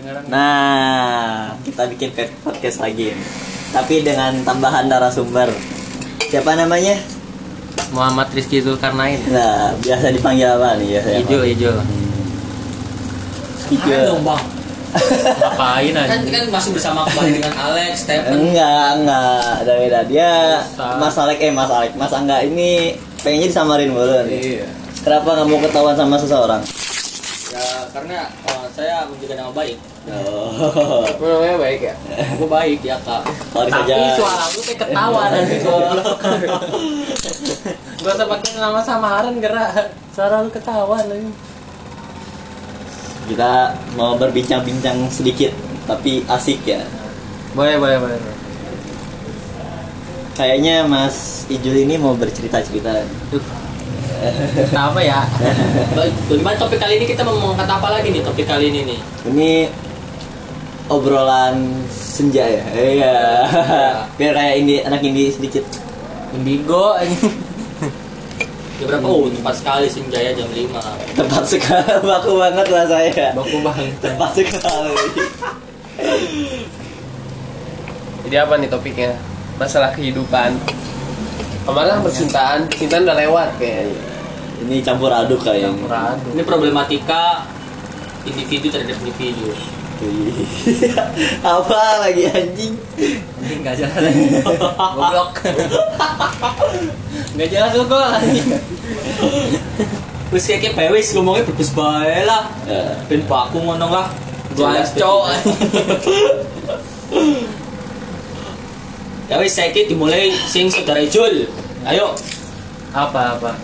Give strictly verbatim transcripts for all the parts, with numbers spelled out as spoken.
Nah, kita bikin podcast lagi, tapi dengan tambahan narasumber. Siapa namanya? Muhammad Rizky Zulkarnain. Nah, biasa dipanggil apa nih biasanya? Ijo, Ijo. Ijo. dong bang. Ngapain aja? Kan kan masih bersama kembali dengan Alex, Stephen. Enggak, enggak. Ada beda. Dia Masa. Mas Alek, eh Mas Alek, Mas Angga ini pengennya disamarin mulu nih. Iya. Kenapa nggak mau ketahuan sama seseorang? Ya karena oh, saya menjaga nama baik. Oh. Gue namanya baik ya? Aku baik ya kak. Kalau Tapi saja. suara lu kayak ketawa nanti goblok. Gak usah pakai nama samaran gerak. Suara lu ketawa lagi. Kita mau berbincang-bincang sedikit, tapi asik ya. Boleh, boleh, boleh. Kayaknya Mas Ijul ini mau bercerita-cerita. Duh. Apa ya? Baik, bagaimana topik kali ini, kita mau mengangkat apa lagi nih topik kali ini nih? Ini obrolan senja ya. Iya. Biar kayak ini anak ini sedikit. Indigo ini. Jam berapa? Oh, tepat sekali Senjaya jam lima. Tepat sekali, baku banget lah saya. Baku banget. Tepat sekali. Jadi apa nih topiknya? Masalah kehidupan. Kemarin percintaan, percintaan udah lewat kayaknya. Ini campur aduk kayaknya. Campur aduk. Ini problematika individu terhadap individu. Apa lagi anjing? Ini enggak jelas lagi. Goblok. Enggak jelas lu kok lagi. Wis kayak kayak wis ngomongnya bagus bae lah. Ya. Ben baku ngono lah. Jelas, Cok. Ya wis saiki dimulai sing saudara Ijul. Ayo. Apa apa?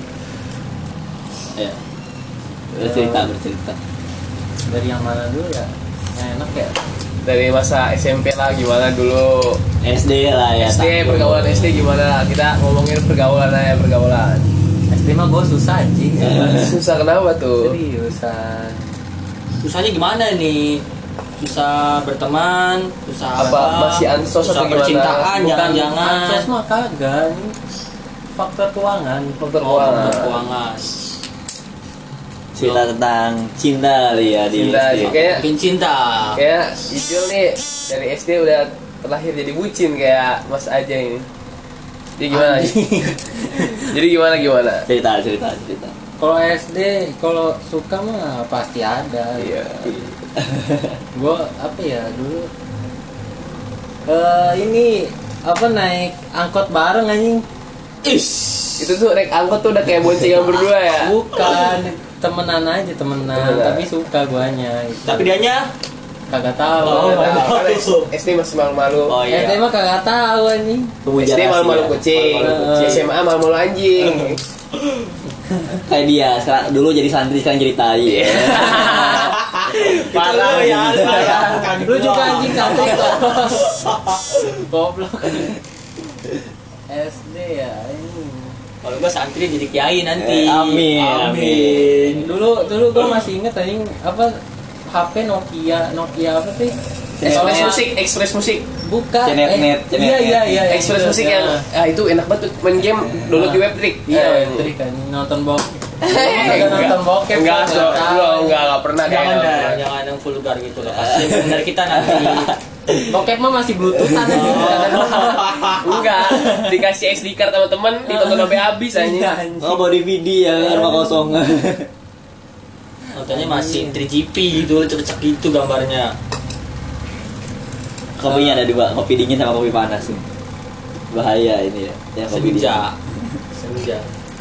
Ya. Bercerita, bercerita. Dari yang mana dulu ya? Yang enak ya? Dari masa S M P lah gimana dulu? S D lah ya. S D, takut. pergaulan S D gimana? Kita ngomongin pergaulan aja, pergaulan. S D mah gue susah anjing. Susah kenapa tuh? Seriusan. Susahnya gimana nih? Susah berteman, susah Apa, masih ansos susah atau gimana? percintaan, jangan-jangan akses mah kagak. Ini faktor keuangan. Faktor Oh, keuangan. faktor keuangan. Cerita tentang cinta kali ya di Cinta, S D. kayak Mungkin cinta. kayak Ijul nih dari S D udah terlahir jadi bucin kayak Mas Aja ini. Jadi gimana? Jadi gimana gimana? Cerita, cerita, cerita. Kalau S D, kalau suka mah pasti ada. Iya. Gue apa ya dulu? Eh ini apa naik angkot bareng anjing? Ish. Itu tuh naik angkot tuh udah kayak boncengan berdua ya. Bukan, temenan aja temenan, Temenan. tapi suka guanya. Gitu. Tapi dianya kagak tahu. Oh, Nggak tahu, oh, karena oh. S D masih malu-malu. Oh S D iya. mah kagak tahu anjing. S D malu-malu rahasia. kucing, Malu-malu kucing. S M A malu-malu anjing. Kayak dia, sekarang, dulu jadi santri sekarang jadi tai. Parah ya, parah. Lu juga anjing santri kok. Goblok. S D ya ini. Kalau gua santri jadi kiai nanti. Eh, amin, amin. Dulu dulu gua masih inget anjing apa H P Nokia, Nokia apa sih? Express Sama- musik, Express musik, Bukan. Cenet eh, net, cenet Iya net. iya iya. Express itu. musik yang Nah. ah itu enak banget tuh main game download di web trick. Iya, Eh, trik kan nonton bokep. Eh, Kagak nonton bokep. Enggak, gua enggak, tahu. enggak, enggak, enggak pernah Jangan kayak. dah, jangan yang vulgar gitu loh. Kasihan dari kita nanti. Bokep mah masih bluetoothan anjing. Kagak nonton. Enggak, dikasih S D card sama temen, ditonton sampai habis Iya, aja. anjing. Oh, bawa D V D ya, rumah kosong. Nontonnya masih tiga G P gitu, cek-cek gitu gambarnya. Kopinya ada dua, kopi dingin sama kopi panas nih. Bahaya ini ya. Yang kopi Senja. dingin. Senja.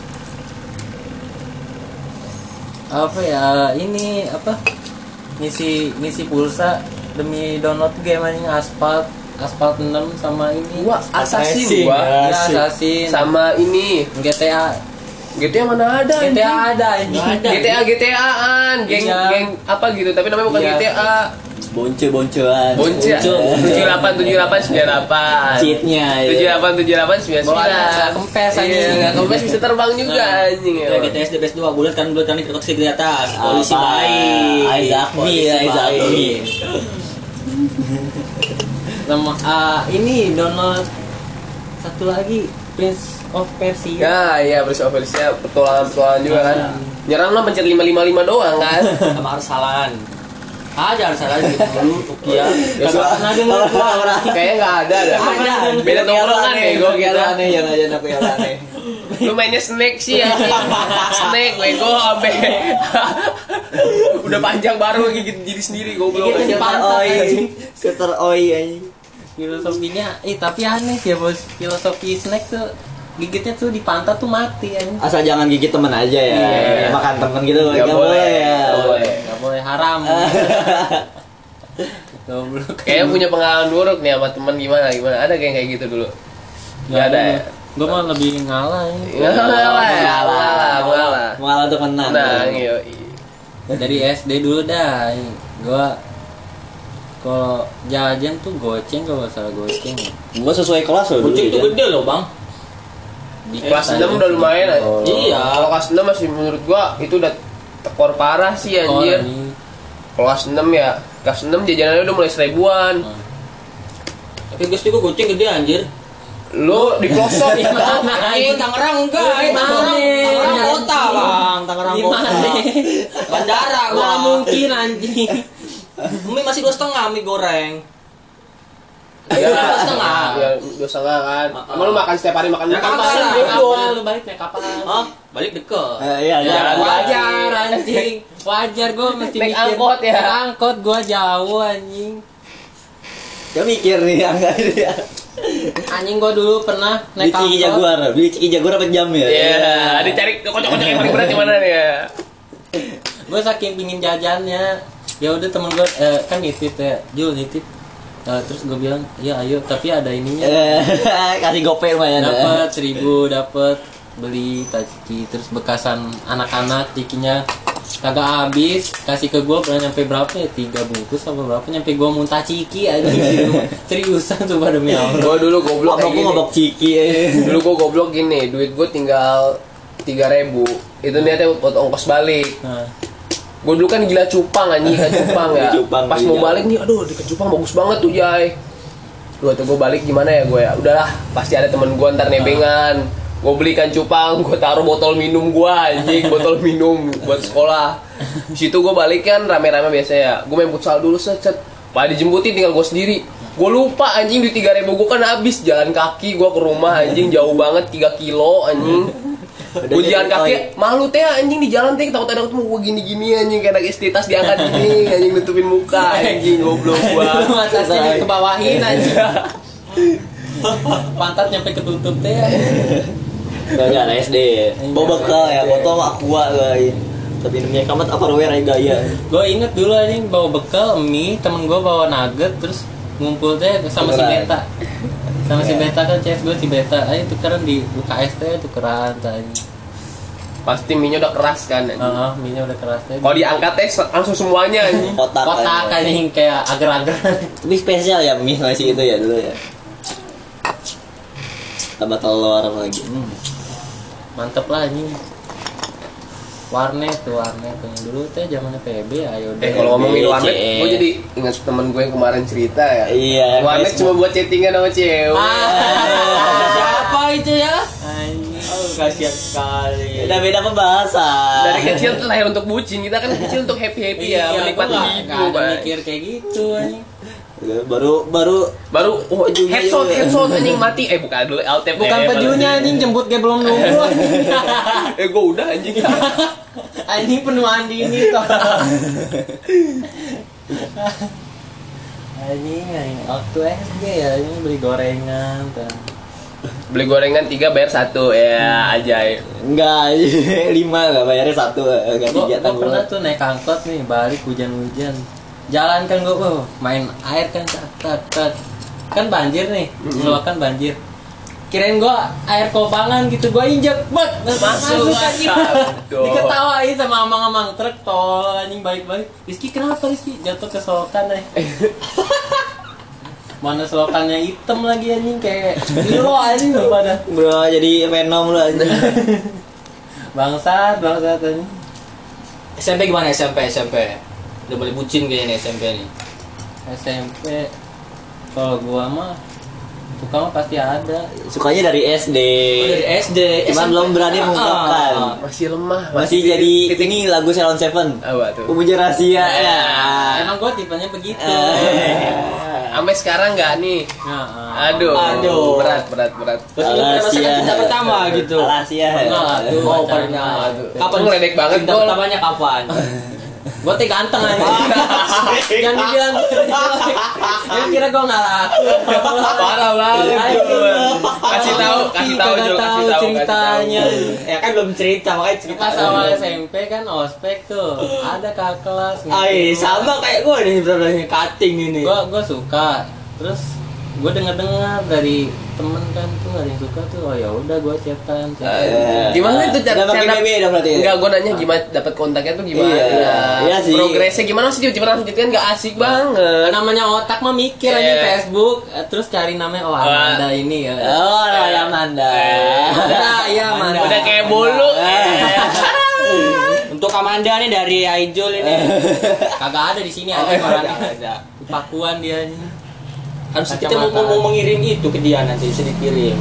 Apa ya ini apa ngisi ngisi pulsa demi download game anjing Asphalt Asphalt enam sama ini Gua Assassin Assassin, gua. ya. ya, Assassin Sama ini G T A G T A mana ada G T A anjing? ada anjing Nggak ada. G T A G T A-an, geng Iya. geng apa gitu, tapi namanya bukan Iya. G T A. Bonce-boncean. Bonce tujuh delapan tujuh delapan sembilan delapan. Cheatnya ya. tujuh delapan tujuh delapan sembilan Bawaannya sembilan. nggak kempes, anjing. Iya, nggak kempes bisa terbang juga anjing ya. Ya G T S D B S dua bulat kan bulat kan dikoksi di atas. Polisi Apa? baik. Isaac B, Polisi Isaac B. baik. sama ah, ini download satu lagi Prince of Persia. Ya, iya Prince of Persia petualangan-petualangan juga kan. Nyerang lah pencet lima lima lima doang kan. Sama Arsalan. Ajar salah gitu dulu Ukiah. Kagak pernah denger gua. Kayaknya nggak ada dah. Ada. Beda tongkrongan aneh, bego gue kita. aneh yang aja aku yang aneh. Lu mainnya snake sih ya. Snake bego abe. Udah panjang baru gigit diri sendiri goblok. Gigit di Filter pantat, oi, anjing. filter oi anjing. Filosofinya, eh tapi aneh ya bos. Filosofi snack tuh gigitnya tuh di pantat tuh mati anjing. Asal jangan gigit temen aja ya. Iya. Makan temen gitu Nggak nggak boleh, boleh ya. nggak boleh. Gak boleh haram. Goblok. Kayaknya punya pengalaman buruk nih sama teman gimana gimana. Ada kayak kayak gitu dulu. Nggak ada ya. Gue mah lebih ngalah ya. Ngalah ya. Ngalah. Ngalah, ngalah. Malah tuh menang. Nah, iya. Dari S D dulu dah. Gue kalau jajan tuh goceng kalau salah goceng. Gua sesuai kelas loh dulu. Kucing tuh ya. gede loh bang. Di Kelas enam udah lumayan aja. Oh. Iya. Kalau kelas enam masih menurut gua itu udah tekor parah sih anjir. Kelas enam ya. Kelas enam jajanannya udah mulai seribuan. Tapi gus juga kucing gede anjir. Lu di pelosok Di mana? Anjing Tangerang enggak, Di eh, Tangerang, mana? Tangerang kota bang, Tangerang kota. Gimana? Bandara Nggak gua. mungkin anjing. Mie masih dua setengah mie goreng. Ya, Dua setengah. ya, dua setengah kan. Emang lu makan setiap hari makan Ya, makan kapan? pasar Kapan? bego. Kapan lu balik naik kapal? Hah? Balik deket. Eh, iya, Ya, jalan wajar anjing. Wajar gue mesti Naik mikir. angkot ya? Naik angkot gue jauh anjing. Dia mikir nih angga dia. Anjing gue dulu pernah Beli naik ciki angkot. jaguar, beli ciki jaguar apa jam ya? Iya, dicari kocok-kocok yang paling berat di mana nih ya? Gue saking pingin jajannya, ya udah temen gue eh, kan nitip ya, Jul nitip. Eh, terus gue bilang, ya ayo, tapi ada ininya. Eh, kasih gopay lumayan. Dapat seribu, dapat beli ciki, terus bekasan anak-anak cikinya kagak habis, kasih ke gue pernah nyampe berapa ya, tiga bungkus apa berapa, nyampe gue muntah ciki aja seriusan tuh pada demi Allah. Gua dulu goblok kayak Abang gua gini. ngobok ciki. eh. Dulu gua goblok gini, duit gua tinggal tiga ribu. Itu niatnya buat ongkos balik. Nah, Gue dulu kan gila cupang anjing, ikan cupang ya. Cupang, Pas iya. mau balik nih, aduh ikan cupang bagus banget tuh Jay. Dua tuh gue balik gimana ya gue ya. Udahlah, pasti ada temen gue ntar nebengan. Gue beli ikan cupang, gue taruh botol minum gue anjing, botol minum buat sekolah. Di situ gue balik kan rame-rame biasa ya. Gue main futsal dulu set set. Pada dijemputin tinggal gue sendiri. Gue lupa anjing di tiga ribu gue kan habis jalan kaki gue ke rumah anjing jauh banget tiga kilo anjing. Gue jalan kaki, malu teh anjing di jalan teh takut ada ketemu gue gini-gini anjing kayak anak S D tas diangkat gini anjing nutupin muka anjing goblok gua. lu atasnya dikebawahin aja. Pantat nyampe ketutup teh. Gak ada S D. Bawa bekal ya, foto sama aqua guys. Tapi minumnya kamat Tupperware gaya. Gue inget dulu anjing bawa bekal mie, temen gue bawa nugget, terus ngumpul teh sama si Tukeran. Beta. Sama si Beta kan C S gue si Beta, ayo tukeran di U K S teh tukeran tadi. Pasti minyak udah keras kan anjing. Heeh, mie-nya udah keras teh. Kalau diangkat teh langsung semuanya anjing. Kotak. Kotak kan. anjing kayak agar-agar. Tapi spesial ya mie masih itu ya dulu ya. Tambah telur apa lagi. Hmm. Mantep lah anjing. Warnet tuh warnet tuh dulu teh zamannya P B ayo Eh deh. kalau ngomongin warnet, C. gue jadi ingat temen gue yang kemarin cerita ya. Iya. Warnet cuma buat chattingan sama cewek. Ah. Siapa itu ya? Anjing. Oh, kasihan sekali. Beda-beda pembahasan. Dari kecil tuh lahir untuk bucin, kita kan kecil untuk happy happy ya, Iya, menikmati gua nggak- hidup. nggak ada Bang. mikir kayak gitu anjing. baru baru Baru oh, Ujungnya headshot juga. headshot anjing mati. Eh bukan dulu alt tab. Bukan eh, pejunya anjing jemput kayak belum nunggu anjing. Eh gue udah anjing. Anjing penuh andi ini toh. Anjing, anjing. Waktu S D ya ini beli gorengan kan. Beli gorengan tiga bayar satu ya ajaib. enggak lima lah bayarnya satu enggak Gua, tiga gua tanggung. pernah tuh naik angkot nih balik hujan-hujan. Jalan kan gua oh, main air kan tak tak tak. Kan banjir nih, selokan banjir. Kirain gua air kobangan gitu, gua injek bet Masuk, anjing. aduh. Diketawain sama amang-amang truk tol anjing baik-baik. Rizky kenapa Rizky jatuh ke selokan nih? Mana selokannya hitam lagi anjing kayak hero anjing lu pada. Bro jadi Venom lu anjing. Bangsat, bangsat anjing. S M P gimana S M P S M P? Udah boleh bucin kayaknya nih S M P nih. S M P kalau gua mah suka mah pasti ada. Sukanya dari S D. Oh, dari S D. Cuman S M P. belum berani Ah, mengungkapkan. ah. Masih lemah. Masih jadi ini lagu Salon Seven. Apa tuh? Pemuja rahasia ya. Emang gua tipenya begitu. Sampai sekarang nggak nih? Nah, ah. Aduh, Aduh. berat, berat, berat. Terus lu pernah merasakan cinta pertama gitu? Alasia. Enggak lah, tuh Oh, pacaran pernah. aja. Kapan ngeledek banget Cinta gol? pertamanya kapan? Gua teh ganteng aja. Jangan dibilang. Yang kira gua nggak laku. Parah banget. Jul. Kasih tahu, kasih tahu, Kagak Jul, kasih tahu ceritanya. Ya kan belum cerita, makanya cerita. Pas awal S M P kan ospek tuh, ada kakak kelas. Ay, sama kayak gue nih berarti cutting ini. Gua gua suka. Terus gua dengar-dengar dari temen kan tuh ada yang suka tuh. Oh ya udah gua chatan. chatan. Gimana itu cara Udah pakai B B dong berarti. Enggak, gue nanya gimana dapat kontaknya tuh gimana? Iya. Iya sih. Progresnya gimana sih tiba-tiba langsung jadian enggak asik banget. Namanya otak mah mikir aja Iya. Facebook, eh, terus cari namanya oh Amanda ini ya. Oh, Raya Manda. Udah, iya Amanda. Udah kayak bulu. Untuk Amanda nih dari Aijul ini. Kagak ada di sini ada orangnya. ada. Pakuan dia nih. Harus kita mau, mau mengirim itu ke dia nanti bisa dikirim.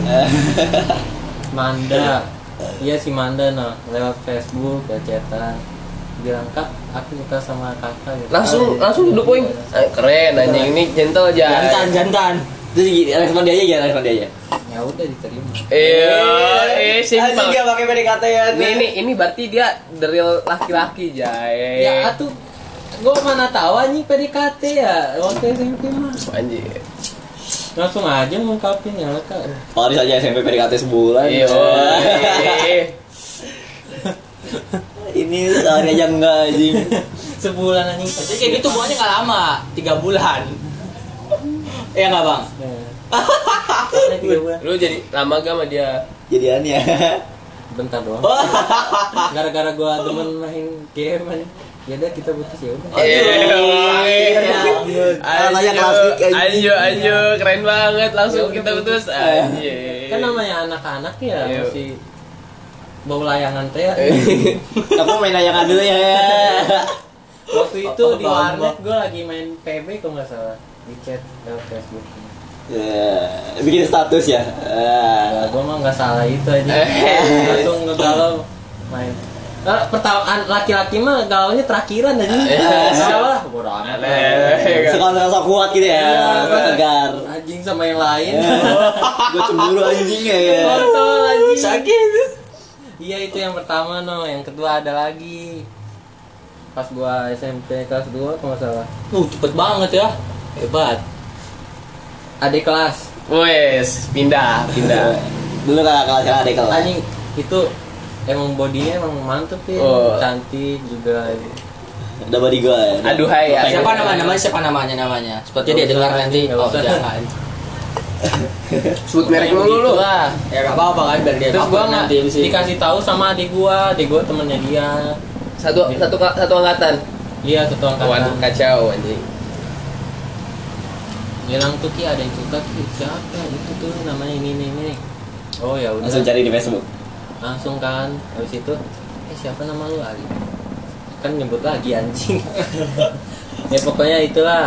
Manda. Iya si Manda nah, lewat Facebook ya chatan. Bilang kak, aku suka sama kakak gitu. Langsung langsung duduk poin. Eh, keren anjing ini gentle aja. Jantan, jantan. Terus gini, respon dia aja gimana respon dia aja? Ya udah diterima. Iya, eh Anjing simpel. dia pakai P D K T ya. Ini ini ini berarti dia the real laki-laki, Jay. Ya atuh gua mana tahu anjing P D K T ya waktu S M P mah. Anjing. Langsung aja ngungkapin ya kak. Oh, di saja S M P P D K T sebulan. Iya. Ini sehari aja enggak anjing. Sebulan anjing. Jadi kayak gitu buahnya nggak lama, tiga bulan. Iya nggak bang? Ya. Tiga bulan. Lu jadi lama gak sama dia? Jadiannya. Bentar doang. Gara-gara gua demen main game anjing. Ya udah kita putus ya udah. Namanya klasik, anjing. Ayo ayo keren banget langsung kita putus. Anjing. Kan namanya anak-anak ya Ayo. masih bau layangan teh. ya. Kamu main layangan dulu ya. Waktu itu Apa di bamba? warnet gue lagi main P B kalau nggak salah di chat lewat Facebook. Ya, bikin status ya. Ya, gue mah nggak salah itu aja. Langsung ngegalau main. Nah, pertama an- laki-laki mah galaunya terakhiran aja. Salah, bodo amat. Sekarang rasa kuat gitu ya. Iya. Tegar. Anjing sama yang lain. Gue cemburu anjing ya. Kontol anjing. Sakit. Iya itu yang pertama no, yang kedua ada lagi. Pas gua S M P kelas dua kalau nggak salah. Uh, cepet banget ya. Hebat. Adik kelas. Wes, pindah, pindah. Dulu kakak kelas ada kelas. Anjing itu emang bodinya emang mantep ya. Oh. Cantik juga. Udah body gue. Aduh hai ya. Siapa namanya? Namanya siapa namanya namanya? Seperti dia dengar nanti. Nggak Oh usah. jangan. Sebut merek dulu lu. lah. Ya nggak apa-apa kan biar dia Terus baper gua nggak nanti di sini. dikasih tahu sama adik gua, adik gua temennya dia. Satu satu satu angkatan. Iya satu Waduh angkatan. kacau anjing. Bilang tuh Ki ada yang suka Ki siapa itu tuh namanya ini ini ini. Oh ya udah. Langsung cari di Facebook. Langsung kan habis itu eh siapa nama lu Ali? Kan nyebut lagi anjing. Ya pokoknya itulah.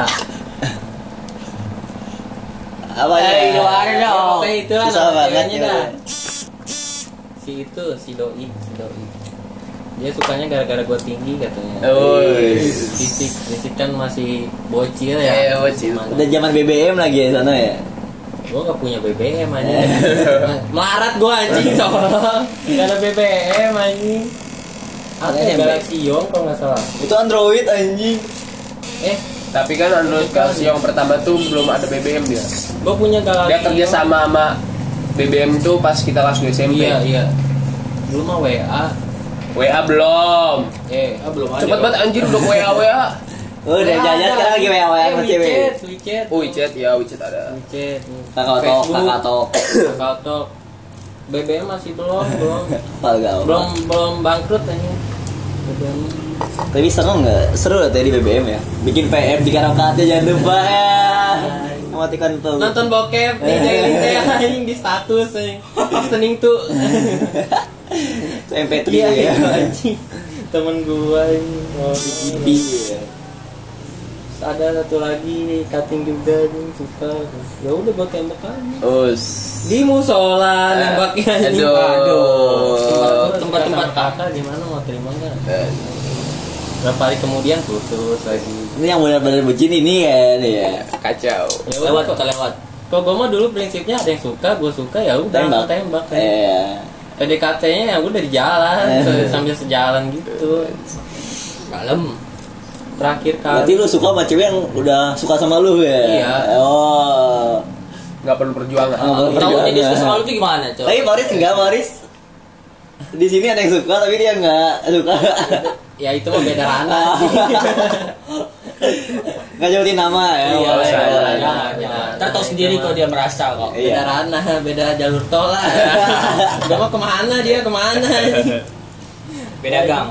Apa Eh, ya? gimana Ya, dong? pokoknya itulah Susah nama banget ceweknya ya. dah. Si itu si doi, si doi. Dia sukanya gara-gara gua tinggi katanya. Oh. Fisik, fisik kan masih bocil ya. Iya, bocil. Mana? Udah zaman B B M lagi ya sana ya. Gua gak punya B B M aja. Melarat gua anjing soalnya. Gak ada B B M anjing. Apa Makanya ya, B- Galaxy Young kalau nggak salah. Itu Android anjing. Eh, Tapi kan Android kelas yang pertama tuh belum ada B B M dia. gua punya Galaxy. Dia kerja sama sama B B M tuh pas kita kelas dua S M P. Iya, iya. Dulu mah W A. W A belum. Eh, Ah, belum ada. Cepet banget anjir udah W A W A. Oh, udah jajan sekarang lagi W A W A sama cewek. WeChat, WeChat. Oh, WeChat ya, WeChat ada. WeChat. Kakak tok, kakak tok. Kakak Talk. B B M masih belum, belum. Palgal. belum belum bangkrut aja. B B M. Tapi seru nggak? Seru lah tadi B B M ya. Bikin P M di karaoke jangan lupa ya. Mematikan itu. Nonton bokep di daily teh anjing di status anjing. Listening tuh. M P tiga Iya, ya. anjing. Temen gua ini oh, begini. Iya. Terus ada satu lagi cutting juga anjing suka. Ya udah gua tembak aja. Us. Di musola nembaknya anjing. Aduh. Aduh. Tempat-tempat kakak gimana mau terima enggak? berapa hari kemudian putus lagi. Ini yang benar-benar bucin ini ya, nih ya. Kacau. Ya Lewat udah. kok lewat. Kok gue mah dulu prinsipnya ada yang suka, gue suka ya udah Tembak. tembak. tembak. Iya. P D K T-nya ya udah di jalan Eh. sambil sejalan gitu. Dalam. Terakhir Berarti kali lu suka sama cewek yang udah suka sama lu ya? Iya. Oh. Nggak perlu perjuangan. Oh, perlu Tahu perjuangan. dia suka sama lu tuh gimana, Cok? Tapi Maris enggak, Maris. Di sini ada yang suka tapi dia enggak suka. ya itu mah beda ranah. Enggak nyebutin nama ya. Iya, boleh, beda boleh. ranah. Ya, ntar tahu sendiri kok dia merasa kok. Iya. Beda ranah, beda jalur tol lah. Udah mau kemana dia kemana? Beda gang.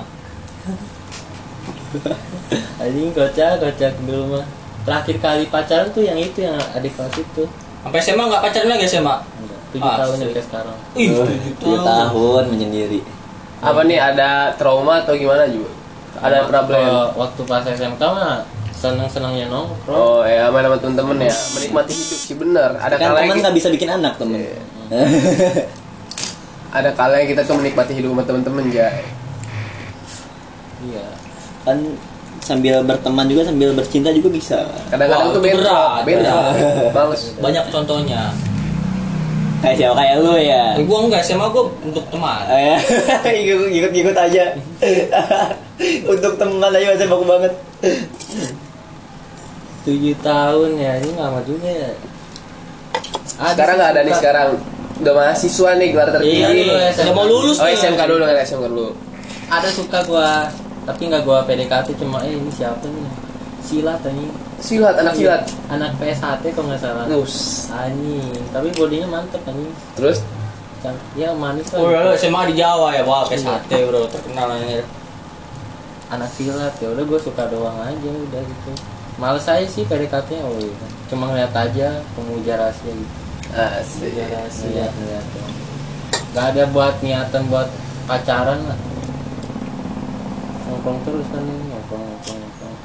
Anjing kocak kocak dulu mah. Terakhir kali pacaran tuh yang itu yang adik kelas itu. Sampai S M A enggak pacaran lagi S M A? Enggak, tujuh Ah, tahun sih. sampai sekarang. Ih, Oh, tujuh tujuh tahun menyendiri. Apa nih, ada trauma atau gimana juga? Ada problem? Kalau waktu pas S M K mah seneng-senengnya nongkrong. Oh ya, main sama temen-temen ya. Menikmati hidup sih bener. Ada Kan kalanya teman kita, nggak bisa bikin anak temen. Iya. ada kalanya kita tuh menikmati hidup sama temen-temen ya. Iya. Kan sambil berteman juga sambil bercinta juga bisa. Kadang-kadang Wah, tuh itu beda, berat. beda. Males. Banyak contohnya. Kayak siapa kayak lu ya. Eh, gua enggak S M A gua untuk teman. Eh, ikut ikut ikut aja. Untuk teman aja masih baku banget. Tujuh tahun ya, ini lama juga ya. Ada Sekarang sih nggak ada nih suka. sekarang. Udah mahasiswa nih, gelar tertinggi. Iya, dulu S M K. Udah mau lulus Oh, nih. S M K dulu kan, S M K dulu. Ada suka gua, tapi nggak gua P D K T, cuma eh ini siapa nih? Silat ini. Silat, anak silat. Anak P S H T kalau nggak salah. Nus. Anjing, tapi bodinya mantep anjing. Terus Can- Ya manis lah. Oh, lu S M A di Jawa ya, wah P S H T bro, terkenal ini. Anak silat ya udah gue suka doang aja udah gitu. Males aja sih P D K T-nya, oh iya. Cuma ngeliat aja pemuja rahasia gitu. asik. Pemuja rahasia ngeliat doang. Gak ada buat niatan buat pacaran lah. Nongkrong terus kan ini, nongkrong nongkrong nongkrong.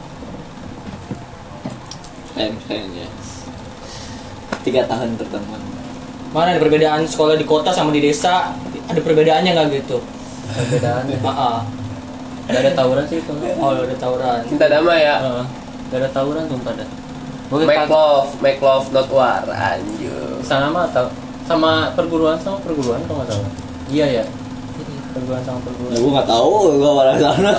Keren keren ya. Tiga tahun berteman. Mana ada perbedaan sekolah di kota sama di desa? Ada perbedaannya nggak gitu? Perbedaannya. Heeh. Gak ada tawuran sih kalau. Oh, ada tawuran. Cinta damai ya. Heeh. Gak ada tawuran tuh pada. Gue Make love, make love not war. Anjir. sana mah atau sama perguruan sama perguruan kalau nggak salah. Iya ya. Perguruan sama perguruan. Ya, gue nggak tahu, gue malah sana.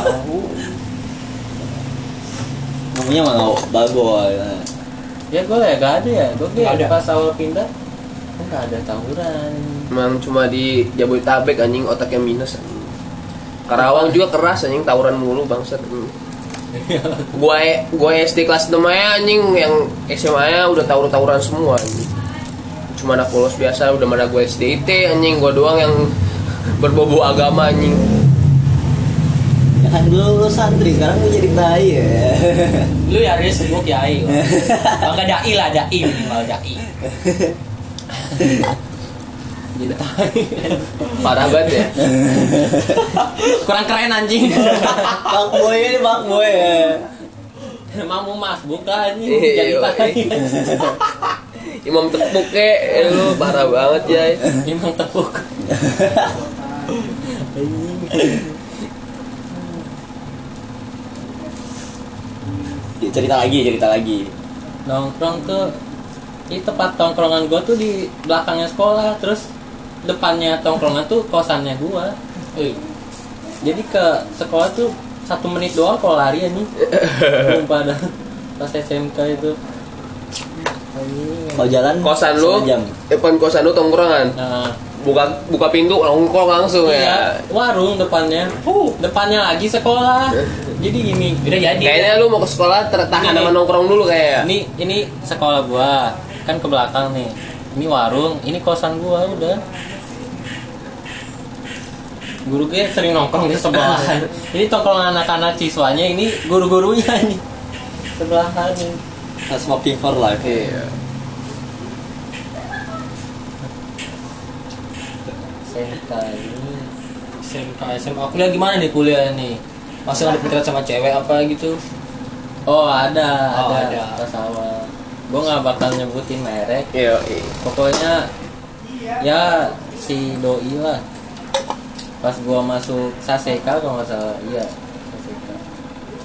Ngomongnya mah nggak bagus. Ya gue ya gak ada ya. Gue Nggak ada. kayak pas awal pindah kok nggak ada tawuran. Emang cuma di Jabodetabek anjing otaknya minus anjing. Karawang juga keras anjing, tawuran mulu bangsat. Gue gue S D kelas enam aja anjing, yang S M A-nya udah tawur-tawuran semua anjing. Cuma anak polos biasa, udah mana gue S D I T anjing, gue doang yang berbau agama anjing. Ya kan dulu lu santri, sekarang gue jadi kiai ya. Lu ya Riz, gua kiai. Bangga dai lah, dai minimal dai. Jadi tai. Parah banget ya. Kurang keren anjing. Bang Boy ini Bang Boy ya. Mamu mas bukan anjing Iya, jadi iya. tai. Imam tepuk ke, eh, lu parah banget ya. Emang tepuk. Ya, cerita lagi, cerita lagi. Nongkrong tuh itu tempat tongkrongan gue tuh di belakangnya sekolah, terus depannya tongkrongan tuh kosannya gue. Eh, Jadi ke sekolah tuh satu menit doang kalau lari nih. Belum pada pas S M K itu. Anjing. Kalau jalan Kosan lu, setengah jam. depan kosan lu tongkrongan. Nah, Buka buka pintu nongkrong langsung iya, ya. warung depannya. Uh. Depannya lagi sekolah. Jadi gini, udah jadi. Kayaknya lu mau ke sekolah tertahan Ini- sama nongkrong dulu kayak. ini ini sekolah gua kan ke belakang nih. Ini warung, ini kosan gua udah. Guru gue sering nongkrong di sebelahan. Ini tongkrongan anak-anak siswanya, ini guru-gurunya nih. Sebelahan nih. Smoking for life. Iya. S M K ini. S M K, S M A kuliah gimana nih kuliah nih? Masih ada pikiran sama cewek apa gitu? Oh, ada, Oh, ada, ada. pas awal. Gua nggak bakal nyebutin merek. Iya, iya. Pokoknya ya si doi lah. Pas gua masuk Saseka kalau nggak salah, iya Saseka.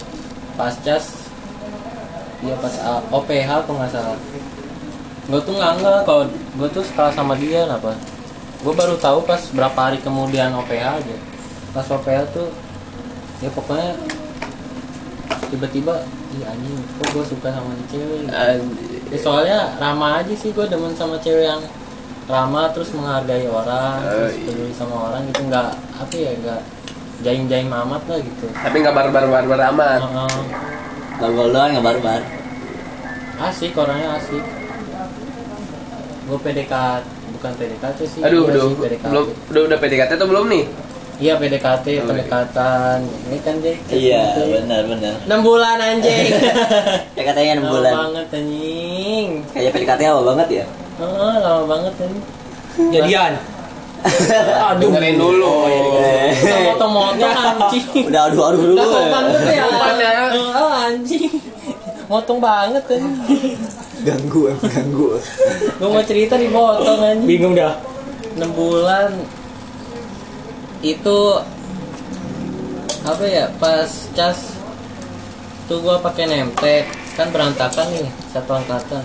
pas cas, iya pas uh, O P H kalau nggak salah. Gue tuh nggak nggak kalau gue tuh sekolah sama dia apa. Gue baru tahu pas berapa hari kemudian O P H aja. Pas O P H tuh ya pokoknya tiba-tiba ih anjing kok gue suka sama cewek. Ya, soalnya ramah aja sih, gue demen sama cewek yang ramah terus menghargai orang, Uh, terus peduli sama orang gitu, nggak apa ya nggak jaim-jaim amat lah gitu. Tapi nggak barbar-barbar amat. Uh-uh. Gol doang nggak barbar. Asik, orangnya asik. Gue P D K T, bukan P D K T sih. Aduh, iya udah, sih, P D K T. belum, udah udah P D K T atau belum nih? Iya P D K T, Oh, pendekatan. Ini kan Jack. Iya, benar benar. enam bulan anjing. Kayak katanya enam Lama bulan. banget anjing. Kayak P D K T awal banget ya. Heeh, lama banget anjing. Jadian. Aduh, dengerin dulu. Eh. Kita motong-motong anjing. Udah aduh aduh dulu. Gak sopan ya. tuh ya. Sopan ya. Oh, anjing. Motong banget anjing. Ganggu emang ganggu. Gue mau cerita dipotong anjing. Bingung dah. enam bulan itu apa ya, pas cas tuh gua pakai nemtek kan berantakan nih satu angkatan,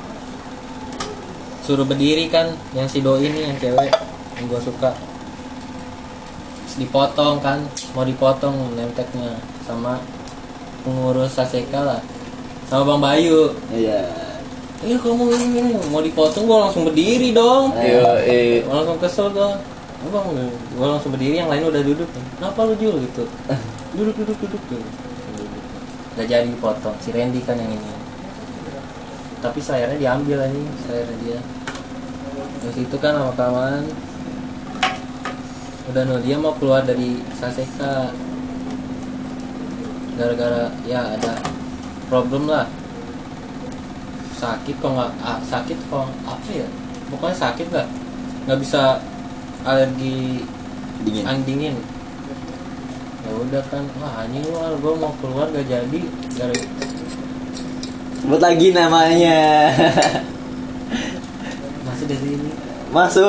suruh berdiri kan yang si doi ini yang cewek yang gua suka. Terus dipotong kan, mau dipotong nemteknya sama pengurus A C K lah, sama Bang Bayu. Iya. Iya kamu ini, ini mau dipotong, gua langsung berdiri dong. Iya, eh. Gua langsung kesel gua. Bang, gua langsung berdiri, yang lain udah duduk. Kenapa lu Jul gitu? Duduk duduk duduk tuh. Gak jadi dipotong. Si Randy kan yang ini. Tapi sayurnya diambil aja, sayurnya dia. Terus itu kan sama kawan. Udah no, dia mau keluar dari Saseka. Gara-gara ya ada problem lah. Sakit kok nggak ah, sakit kok apa ya? Pokoknya sakit nggak nggak bisa, alergi Dingin. angin dingin. Ya udah kan, wah anjing lu, gue mau keluar gak jadi gara Sebut lagi namanya. masih dari sini. Masuk.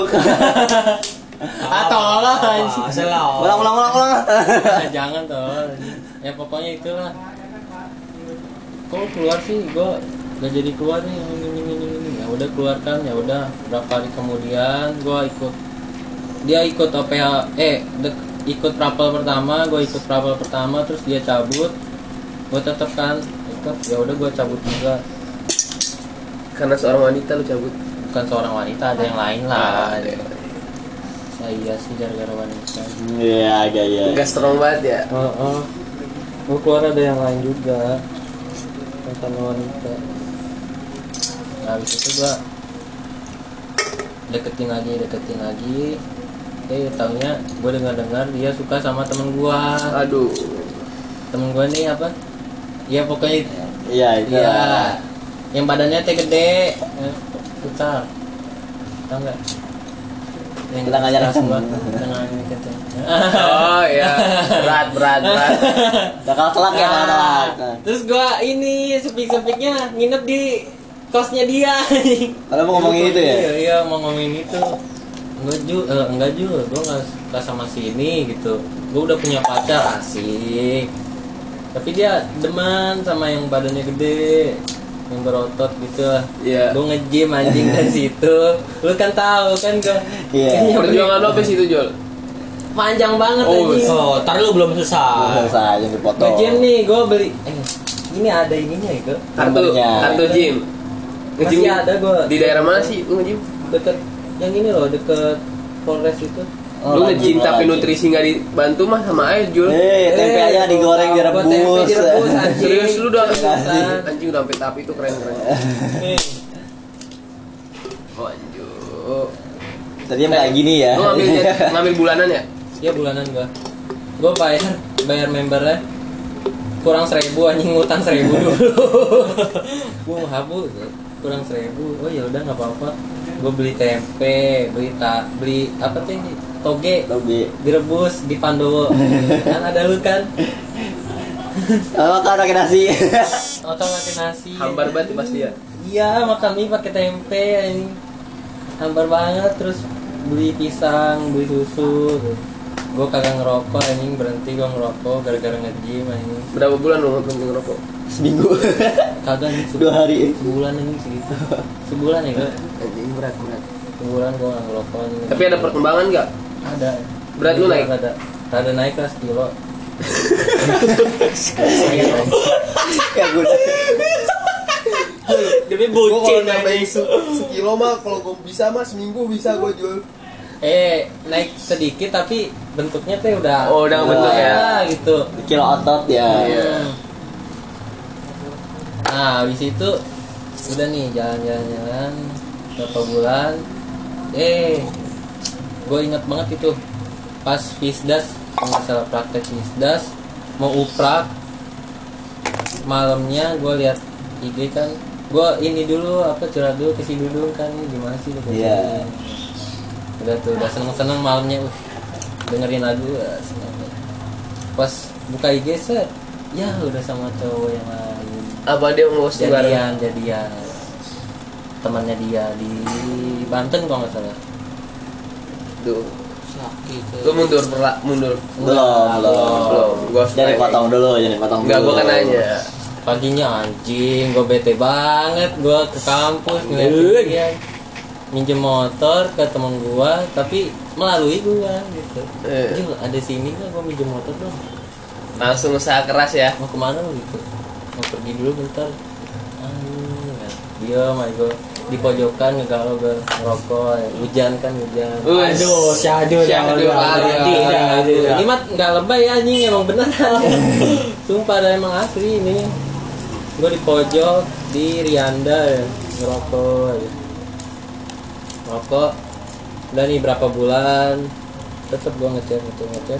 Ah tolong anjing. Salah. Ulang ulang ulang ulang. Ah, jangan tolong anjing. Ya pokoknya itulah. Kok keluar sih, gue gak jadi keluar nih ini ini ini ini. Ya udah keluarkan, ya udah berapa hari kemudian gue ikut, dia ikut O P H eh de- ikut rapel pertama, gue ikut rapel pertama, terus dia cabut, gue tetep kan tetep, ya udah gue cabut juga. Karena seorang wanita lu cabut. Bukan seorang wanita, ada yang lain lah. Ah, ada. Saya sih gara-gara wanita. Iya agak ya. Enggak strong banget ya. Oh, oh. Gue keluar ada yang lain juga tentang wanita. Nah, habis itu gue deketin lagi, deketin lagi. Eh, taunya gue dengar-dengar dia suka sama temen gue. Aduh. Temen gue nih apa? Ya pokoknya Iya itu. iya. Yang badannya teh gede, eh, futsal. Tahu nggak? Yang Kita ngajar semua. kenceng. Tengah kenceng. Oh iya. Berat berat berat. Bakal telak ya bakal telak. Ah, terus gua ini sepik-sepiknya nginep di kosnya dia. Kalau mau ngomongin itu ya? Iya, iya mau ngomongin itu. Enggak ju, eh, enggak ju, gua nggak suka sama si ini gitu. Gua udah punya pacar asik. Tapi dia demen sama yang badannya gede, yang berotot gitu lah. Iya. Gua nge-gym anjing dari situ. Lu kan tahu kan gua. Iya. Perjuangan lo apa sih itu, Jol? Panjang banget Oh, anjing. Oh, tar lu belum selesai. Selesai yang dipotong. Nge-gym nih, gue beli. Eh, ini ada ininya ya, gue. Kartu Nomornya. kartu gym. Nge-gym Masih ada gue. di daerah mana sih lu nge-gym? Deket, yang ini loh, deket Polres itu. Oh, Lu lagi, nge-gym tapi lagi. nutrisi nggak dibantu mah sama aja, Jul. Eh, tempe aja digoreng Gua tempe direbus. direbus, anjing. Serius lu udah Seriusan. anjing udah sampai tapi itu keren-keren. Eh, Oh, anjir. Tadi yang kayak gini ya. Lu ngambil ngambil bulanan ya? Ya bulanan gue. Gue bayar, bayar membernya kurang seribu anjing, ngutang seribu dulu. Gue habu kurang seribu. Oh ya udah nggak apa-apa. Gue beli tempe, beli tak, beli apa tuh ini? Toge, Toge. direbus di Pandowo. Kan ada lu kan? Oh, kan pakai nasi. Atau makan nasi. Hambar banget pasti ya. Iya, makan mie pakai tempe ini. Hambar banget, terus beli pisang, beli susu. gue kagak ngerokok anjing, berhenti gue ngerokok gara-gara nge-gym anjing. Berapa bulan lu berhenti ngerokok? Seminggu. Kagak nih Dua hari. sebulan anjing segitu. Sebulan ya gue. Anjing berat berat. Sebulan gue nggak ngerokok anjing. Tapi ada perkembangan nggak? Ada. Berat lu naik? Ada. Ada naik lah sekilo. Ya gue. Demi Gue kalau bucin nambahin anjing. se- sekilo mah kalau gue bisa mah seminggu bisa gue jual. Eh naik sedikit tapi bentuknya tuh udah. Oh, udah bentuk ya. gitu. Kilo otot ya. Iya. Nah, habis itu udah nih jalan-jalan-jalan berapa bulan. Eh, gue ingat banget itu pas Fisdas, kalau nggak salah praktek Fisdas, mau uprak malamnya gue lihat I G kan, gue ini dulu apa curhat dulu ke si Dudung kan, gimana sih? Iya. Udah tuh, udah seneng-seneng malamnya, uh, dengerin lagu, uh, seneng. Pas buka I G set, ya udah sama cowok yang lain. Apa dia mau posting bareng? Jadian, jadian. Temannya dia di Banten kalau nggak salah. Tuh. Sakit. Lu mundur perla, mundur. Belum, belum. Belum. Gua Jadi potong dulu, jadi potong dulu. Enggak, gua kan nanya. Paginya anjing, gue bete banget, gue ke kampus ngeliat dia minjem motor ke temen gue, tapi melalui gue gitu. Eh. Jul, ada sini nggak gue minjem motor dong? Langsung usaha keras ya. Mau kemana lu gitu? Mau pergi dulu bentar. Anjing, dia mah gue di pojokan ngegalau gue ngerokok, ya. Hujan kan hujan. Aduh, syahdu Syahdu, aduh. Ini mah nggak lebay ya anjing, emang beneran. Sumpah ada emang asli ini. Gue di pojok di Rianda ya, ngerokok ya. Ngerokok udah nih berapa bulan tetep gue ngechat ngechat ngechat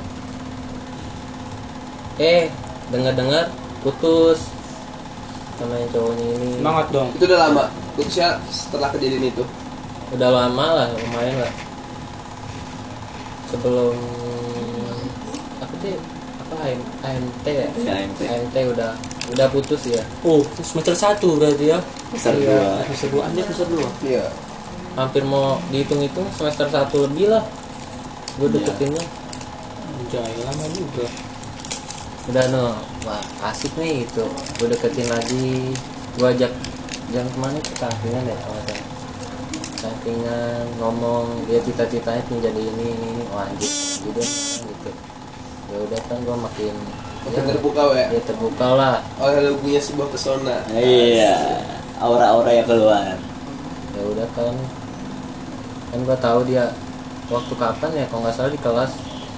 eh dengar-dengar putus sama yang cowoknya ini. Semangat dong. Itu udah lama. Putusnya setelah kejadian itu. Udah lama lah, lumayan lah. Sebelum apa sih? Apa A M T ya? Ya, A M T. A M T udah udah putus ya. Oh, semester satu berarti ya. Semester Iya. dua. Semester dua aja semester dua. Iya. Hampir mau dihitung-hitung semester satu lebih lah. Gue deketinnya. Anjay, lama juga. Udah no, wah asik nih gitu. Gue deketin lagi. Gue ajak jangan kemana ke sampingan ya kalau saya. Sampingan ngomong dia cita-citanya pengen jadi ini ini ini. Wah anjir, gitu gitu. Ya udah kan gue makin Makin terbuka ya. ya terbuka lah. Oh, lu punya sebuah pesona. Iya. Aura-aura yang keluar. Ya udah kan kan gue tahu dia waktu kapan ya kalau nggak salah di kelas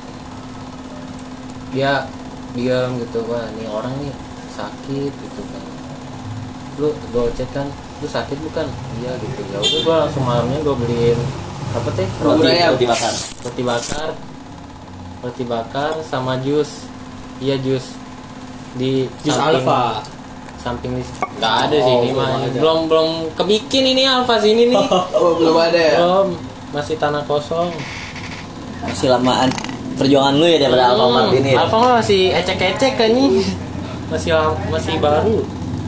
dia diam gitu, wah ini orang nih sakit gitu kan. Lu gue cek kan, lu sakit bukan? Iya gitu. Ya udah gue langsung malamnya gue beliin apa teh Roti, roti roti bakar. roti bakar roti bakar sama jus. Iya jus di Jus samping- Alfa. samping di nggak ada sih Oh, ini belum mah ada. belum belum kebikin ini Alfa sini nih. Oh, belum ada ya. Belum, masih tanah kosong. Masih lamaan perjuangan lu ya daripada Hmm, Alfamart ini. Alfa mah masih ecek-ecek kan nih. Masih lam- masih baru.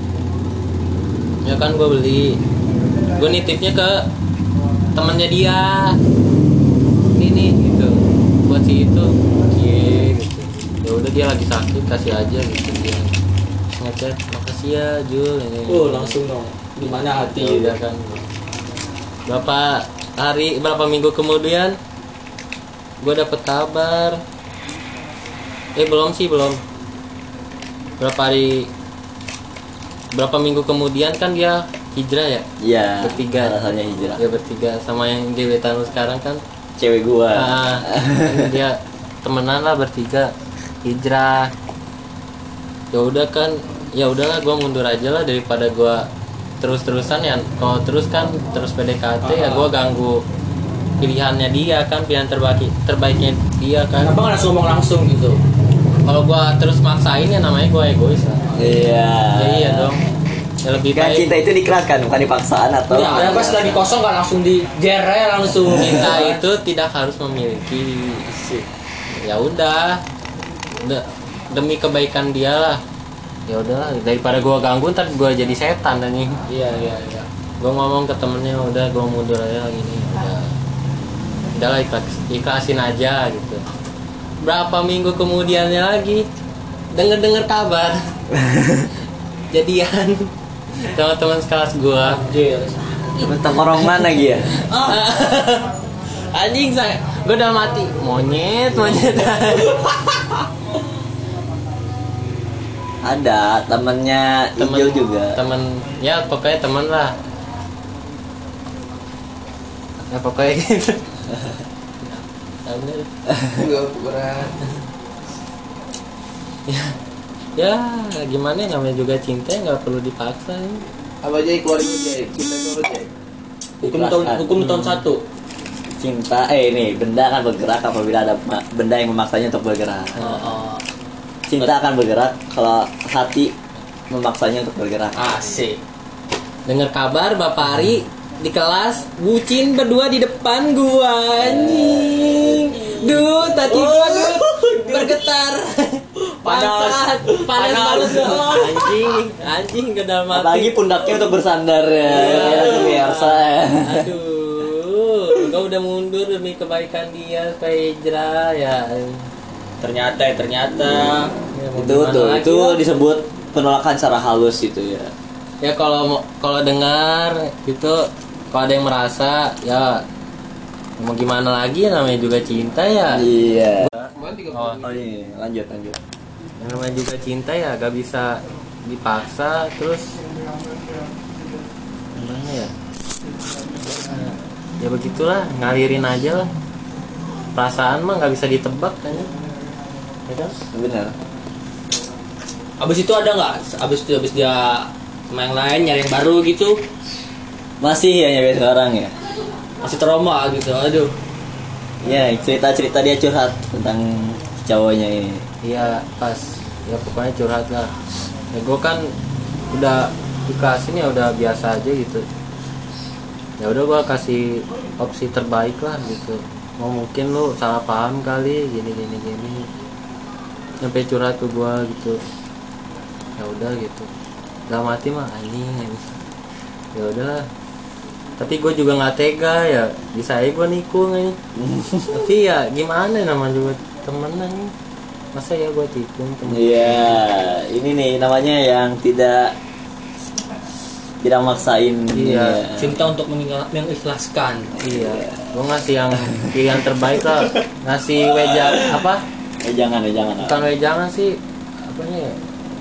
Ya kan gue beli. Gue nitipnya ke temannya dia. Ini nih gitu. Buat si itu. Cie gitu. Ya udah dia lagi sakit kasih aja gitu dia. Terus ngechat, makasih ya Jul ini. Oh, langsung dong. Gimana hati Ya udah kan. Berapa hari berapa minggu kemudian gue dapet kabar. Eh belum sih belum. Berapa hari berapa minggu kemudian kan dia hijrah ya. Iya. Bertiga. Rasanya hijrah. Dia bertiga sama yang gebetan lu sekarang kan. Cewek gua. Nah, kan dia temenan lah bertiga hijrah. Ya udah kan, ya udahlah gue mundur aja lah daripada gue terus-terusan ya. Kalau terus kan terus P D K T ya gue ganggu pilihannya dia kan, pilihan terbaik terbaiknya dia kan. Kenapa nggak langsung ngomong langsung gitu? Kalau gue terus maksain ya namanya gue egois lah. Iya. Ya iya dong. Ya lebih Kan baik cinta itu dikeraskan bukan dipaksaan atau Enggak, ada pas lagi kosong nggak langsung di jere langsung. cinta itu tidak harus memiliki. Ya udah, De- demi kebaikan dia lah. Ya udah daripada gue ganggu ntar gue jadi setan nih. Iya iya iya. Gue ngomong ke temennya udah gue mundur aja gini udah udahlah ikhlas, ikhlasin aja gitu. berapa minggu kemudiannya lagi denger-denger kabar jadian sama teman sekelas gua. Tongkrongan lagi ya. Anjing saya, gua udah mati. Monyet, monyet. Ada temennya Temen Ijul juga. Temen, ya pokoknya temen lah. Ya pokoknya gitu. Enggak berat. ya, ya gimana ya, namanya juga cinta nggak perlu dipaksa ya. Apa aja keluarin aja kita dulu aja. Hukum tahun hukum tahun satu. Cinta eh ini benda akan bergerak apabila ada ma- benda yang memaksanya untuk bergerak. Oh, Cinta akan bergerak kalau hati memaksanya untuk bergerak. asik. Dengar kabar Bapak Ari di kelas bucin berdua di depan gua anjing. Duh, tadi gua duh bergetar. Panas, panas banget gua. Anjing, anjing ke dalam hati. Apalagi pundaknya untuk bersandar ya. Ya, biasa ya. Aduh, gua udah mundur demi kebaikan dia supaya hijrah ya. Ternyata ya ternyata. Ya, mau Itu gimana tuh, lagi itu lah. disebut penolakan secara halus gitu ya. Ya kalau mau- kalau dengar gitu, kalau ada yang merasa ya mau gimana lagi, namanya juga cinta ya. Iya. Kemarin tiga Oh, Oh ini lanjut lanjut. yang namanya juga cinta ya gak bisa dipaksa. Terus gimana ya? Nah, ya begitulah, ngalirin aja lah. Perasaan mah nggak bisa ditebak kan? Ya kan? Benar. Abis itu ada nggak? Abis itu abis dia sama yang lain nyari yang baru gitu, Masih ya nyampe sekarang ya. masih trauma gitu. Aduh. Ya cerita-cerita dia curhat tentang cowoknya ini. Iya pas, ya pokoknya curhat lah. Ya gue kan udah di kelas ini ya udah biasa aja gitu. Ya udah gue kasih opsi terbaik lah gitu. Mau mungkin lu salah paham kali, gini gini gini. Sampai curhat ke gue gitu. Ya udah gitu. Gak mati mah anjing anjing. Ya udah. Tapi gue juga nggak tega ya. Bisa aja gue nikung nih. Tapi ya gimana namanya juga temenan nih. Masa ya gue tikung temen. Iya, ini nih namanya yang tidak tidak maksain. Iya. Iya. Cinta untuk meninggal- mengikhlaskan. Iya, gue ngasih yang pilihan terbaik lah. Ngasih weja apa? Eh jangan eh jangan. Bukan wejangan sih, apanya ya?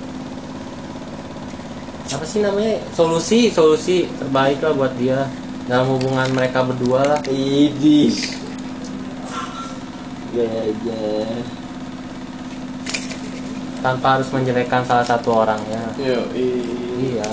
Apa sih namanya? Solusi, solusi terbaik lah buat dia dalam hubungan mereka berdua lah. Idi. Gaya aja. Tanpa harus menjelekkan salah satu orangnya. Iya, Iya.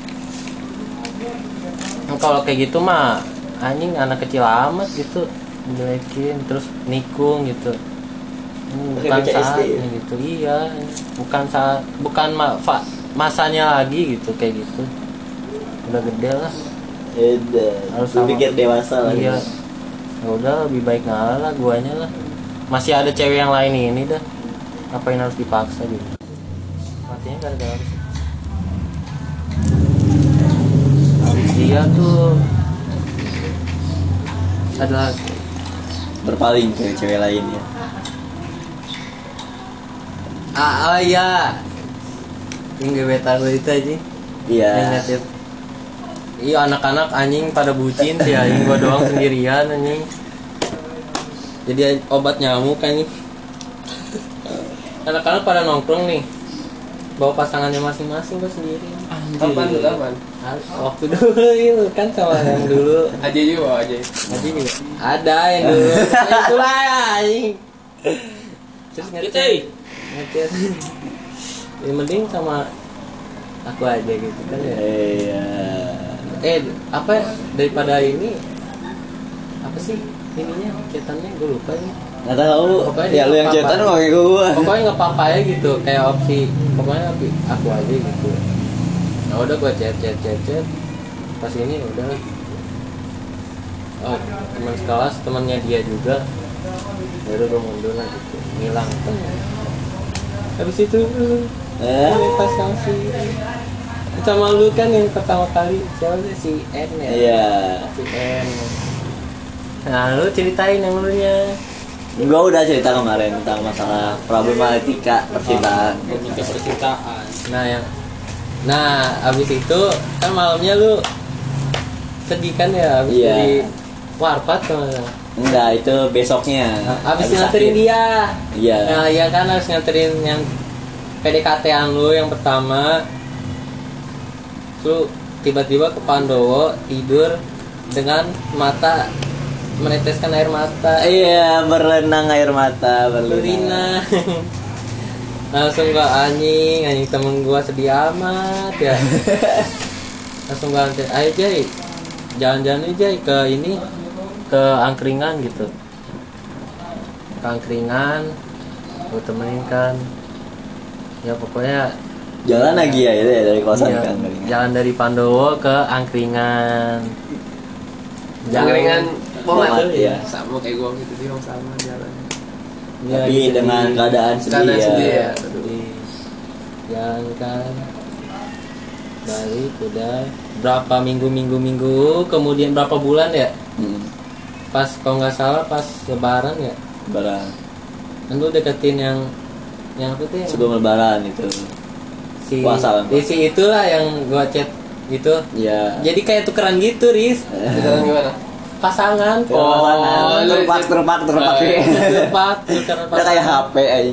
Nah, kalau kayak gitu mah anjing anak kecil amat gitu menjelekin terus nikung gitu. Hmm, bukan Kayak B C S D ya? saatnya gitu. Iya, bukan saat bukan ma- fa- masanya lagi gitu kayak gitu. Udah gede lah. Eda. Harus Lu sama- pikir dewasa lah. Iya. Ya udah lebih baik ngalah lah guanya lah. Masih ada cewek yang lain ini dah. Ngapain harus dipaksa gitu. Matinya gara-gara harus. Habis dia tuh adalah Berpaling ke cewek lain ya. ah oh iya yang gebetan lu itu aja. Iya. Yang ngechat. Iya anak-anak anjing pada bucin sih anjing, gua doang sendirian anjing. Jadi obat nyamuk anjing. Anak-anak pada nongkrong nih. Bawa pasangannya masing-masing, gua sendiri. Kapan tuh kapan? Waktu dulu itu kan sama yang dulu. Aja juga aja. Tadi juga ada yang dulu. Itu lah anjing. Terus ngechat. Ngechat. Ya mending sama aku aja gitu kan ya. Iya. Eh apa ya, daripada ini apa sih ininya chatannya gue lupa nih. Nggak tahu. Pokoknya Ya dia lu yang apa-apa. chatan mau kayak gua. Pokoknya nggak apa-apa ya gitu kayak opsi pokoknya aku- aku aja gitu. Nah udah gue chat chat chat chat pas ini udah oh teman sekelas temannya dia juga ya udah gue mundur lah gitu ngilang habis itu Eh? pas kasih sama lu kan yang pertama kali siapa sih si N ya Iya. si N. Nah lu ceritain yang lu nya Gua udah cerita kemarin tentang masalah problematika percintaan. Komika percintaan. Nah yang nah abis itu kan malamnya lu sedih kan ya abis Iya. dari warpat kalau nggak salah. Enggak, itu besoknya. Abis Habis nganterin sakit. dia. Iya. Nah iya kan harus nganterin yang P D K T-an lu yang pertama. Lu tiba-tiba ke Pandowo tidur dengan mata meneteskan air mata. Iya, berenang air mata, berlina. Berlina. Langsung gua anjing, anjing temen gua sedih amat ya. Langsung gua antar, ayo Jai, jalan-jalan aja Jai ke ini, ke angkringan gitu. Ke angkringan, gua temenin kan. Ya pokoknya Jalan lagi ya itu ya dari kosan iya, kan. jalan dari Pandowo ke angkringan. Angkringan Pomat. Pomat, iya. Sama kayak gua gitu sih, sama jalan. Ya, Tapi gitu, dengan di- keadaan sedih Keadaan ya. sedih ya. di jalan kan balik udah berapa minggu minggu minggu kemudian berapa bulan ya Hmm. pas kalau nggak salah pas lebaran ya Lebaran. kan lu deketin yang yang apa tuh yang Sebelum lebaran itu. si puasa, kan, eh, si itulah yang gua chat gitu Ya. jadi kayak tukeran gitu Riz Jalan gimana? pasangan Oh, Oh, lu- terpak terpak terpak. Oh, iya. tukeran tukeran Udah kayak H P aja.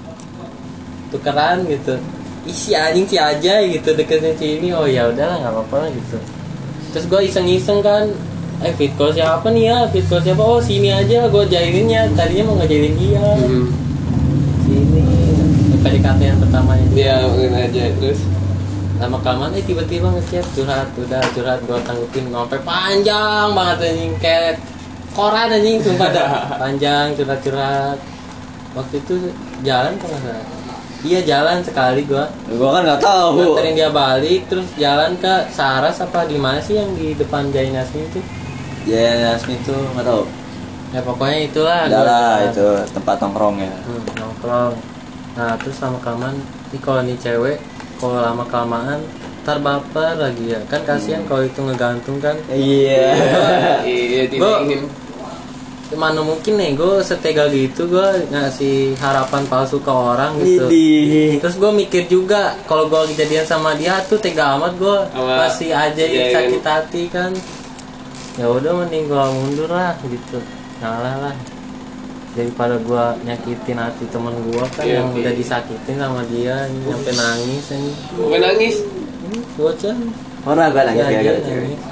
tukeran gitu isi anjing si aja gitu deketin si ini oh ya udahlah nggak apa-apa lah gitu terus gue iseng-iseng kan eh fit call siapa nih ya fit call siapa oh sini aja gue jailinnya tadinya mau ngejailin dia Hmm. sini P D K T yang pertamanya Dia mungkin aja terus. lama kelamaan eh tiba-tiba ngechat curhat udah curhat gue tanggepin sampai panjang banget anjing kayak koran anjing sumpah dah panjang curhat-curhat waktu itu jalan kok nggak salah iya jalan sekali gua Gua kan nggak tahu. nganterin dia balik terus jalan ke Saras apa di mana sih yang di depan Jai Nasmi itu Ya, Yasmin tuh nggak tahu. ya pokoknya itulah Udah gua- lah itu tempat nongkrong ya. hmm, nongkrong nah terus lama kelamaan nih kalau nih cewek kalau lama kelamaan ntar baper lagi ya kan kasihan kalau itu ngegantung kan Iya. Iya, tidak Gua- ingin. mana mungkin nih gue setega gitu gue ngasih harapan palsu ke orang gitu Idi. terus gue mikir juga kalau gue kejadian sama dia tuh tega amat gue Sama- masih aja iya, sakit iya. hati kan ya udah mending gue mundur lah gitu ngalah lah daripada gue nyakitin hati temen gue kan Iya, yang iya. udah disakitin sama dia ini sampai nangis ini Bukan nangis. bocah Pernah gua nangis ya, ya, dia gara cewek. nangis.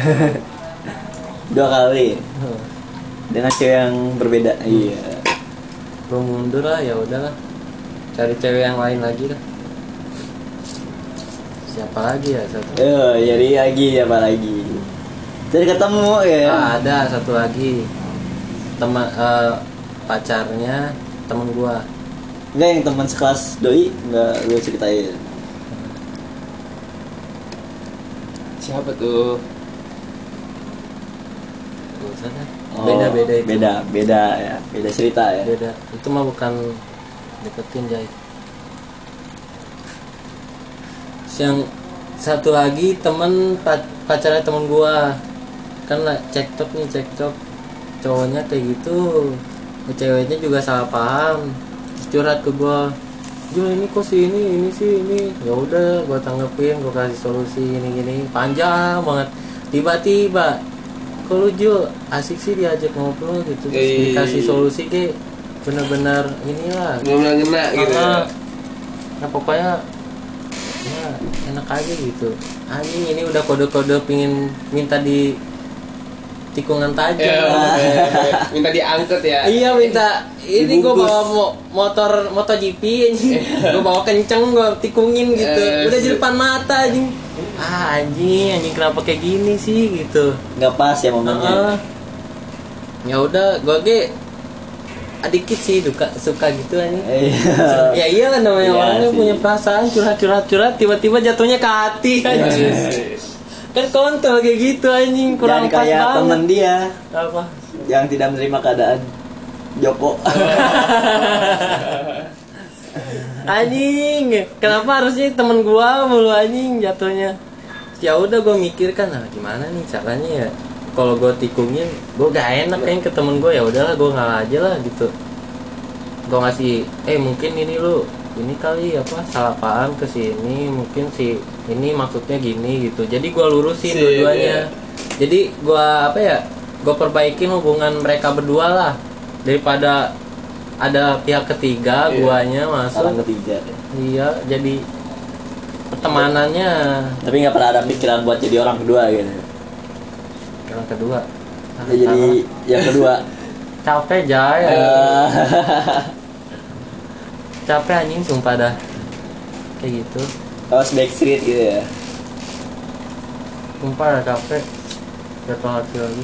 Dua kali dengan cewek yang berbeda. Iya. gue mundur lah ya udahlah cari cewek yang lain lagi lah siapa lagi ya satu Eh, jadi lagi apa lagi? Jadi ketemu ya. ah, ada satu lagi teman eh, pacarnya temen gua Enggak yang teman sekelas doi enggak lu ceritain. Siapa tuh? Gak usah dah. Oh, beda beda itu Beda, beda ya. Beda cerita ya. beda itu mah bukan deketin Jai yang satu lagi temen pa- pacarnya temen gua kan lah cekcok nih cekcok cowoknya kayak gitu ceweknya juga salah paham terus curhat ke gua Jo ini kok sih ini ini sih ini ya udah gua tanggepin gua kasih solusi ini gini panjang banget tiba-tiba kalau Jo asik sih diajak ngobrol gitu terus Eh. dikasih solusi ke bener-bener inilah Belum ngena gitu. Ah, ya. nah pokoknya ya enak aja gitu anjing ini udah kode-kode pingin minta di tikungan tajam Ya, lah. oke. Minta diangkut ya. Iya minta ini gue Dibungkus. bawa mo- motor MotoGP anjing gue bawa kenceng gue tikungin gitu Eh, udah di sip. depan mata anjing ah anjing anjing kenapa kayak gini sih gitu Enggak pas ya momennya. Heeh. Ya udah gue ge dikit sih duka suka gitu anjing Iya. ya iyalah namanya Iya orangnya sih. punya perasaan curhat curhat curhat tiba-tiba jatuhnya ke hati anjing kan kontol kayak gitu anjing kurang Jangan pas kayak banget temen dia apa yang tidak menerima keadaan Joko. anjing kenapa harusnya temen gua mulu anjing jatuhnya ya udah gua mikir kan nah gimana nih caranya ya kalau gue tikungin gue gak enak kayaknya ke temen gue, ya udahlah gue ngalah aja lah gitu. Gue ngasih eh mungkin ini lu ini kali apa salah paham ke sini, mungkin si ini maksudnya gini gitu, jadi gue lurusin Si, dua-duanya. iya. Jadi gue apa ya, gue perbaikin hubungan mereka berdua lah, daripada ada pihak ketiga Iya. guanya masuk. Orang ketiga. Iya, jadi pertemanannya Tapi nggak pernah ada pikiran buat jadi orang kedua gitu. yang kedua. Ya, jadi yang kedua. Capek Jay. Eh, Capek anjing sumpah dah. Kayak gitu. Kaos Backstreet gitu ya. Sumpah dah capek. Jatuh hati lagi.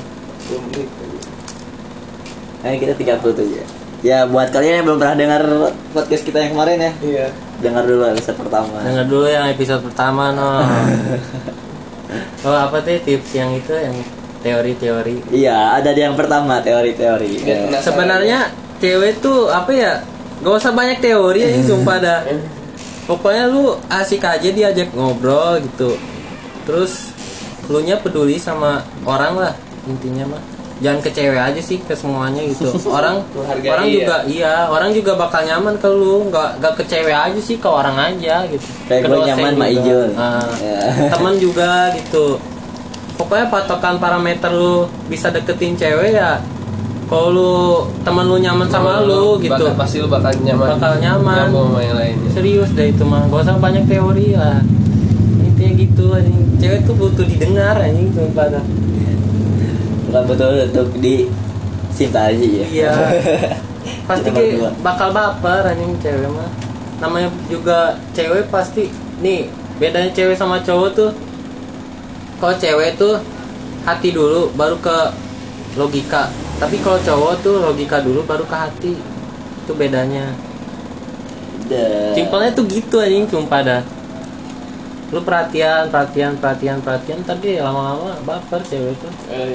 Nah, kita tiga puluh tujuh ya. Ya buat kalian yang belum pernah dengar podcast kita yang kemarin ya, Iya. dengar dulu episode pertama. Dengar dulu yang episode pertama no. Oh apa tuh tips yang itu yang teori-teori. Iya, ada di yang pertama teori-teori. Biar Ya. penasaran. Sebenarnya cewek tuh apa ya? Gak usah banyak teori ya, sumpah dah. Pokoknya lu asik aja diajak ngobrol gitu. Terus lu nya peduli sama orang lah intinya mah. Jangan ke cewek aja sih, ke semuanya gitu. Orang Menghargai orang ya. juga iya, orang juga bakal nyaman ke lu, nggak nggak ke cewek aja sih, ke orang aja gitu. Kayak Ke gue dosen nyaman sama juga. Ijul. Ah, Ya. teman juga gitu. Pokoknya patokan parameter lu bisa deketin cewek ya kalau lu teman lu nyaman sama lu gitu. Bakal, pasti lu bakal nyaman. Bakal nyaman. Nyambung sama yang lainnya. Serius deh itu mah, gak usah banyak teori lah. Intinya gitu anjing. Cewek tuh butuh didengar anjing sumpah dah. Bukan betul untuk di cinta aja ya. Iya. Pasti Kita kayak berdua. bakal baper anjing cewek mah. Namanya juga cewek pasti nih, bedanya cewek sama cowok tuh. Kalau cewek tuh hati dulu baru ke logika. Tapi kalau cowok tuh logika dulu baru ke hati. Itu bedanya. Udah. Simpelnya tuh gitu anjing sumpah dah. Lu perhatian, perhatian, perhatian, perhatian, tapi lama-lama baper cewek tuh.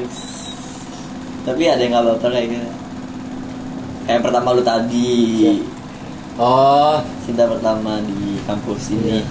Tapi ada yang nggak baper kayak gitu. Kayak pertama lu tadi, Oh, cinta pertama di kampus ini.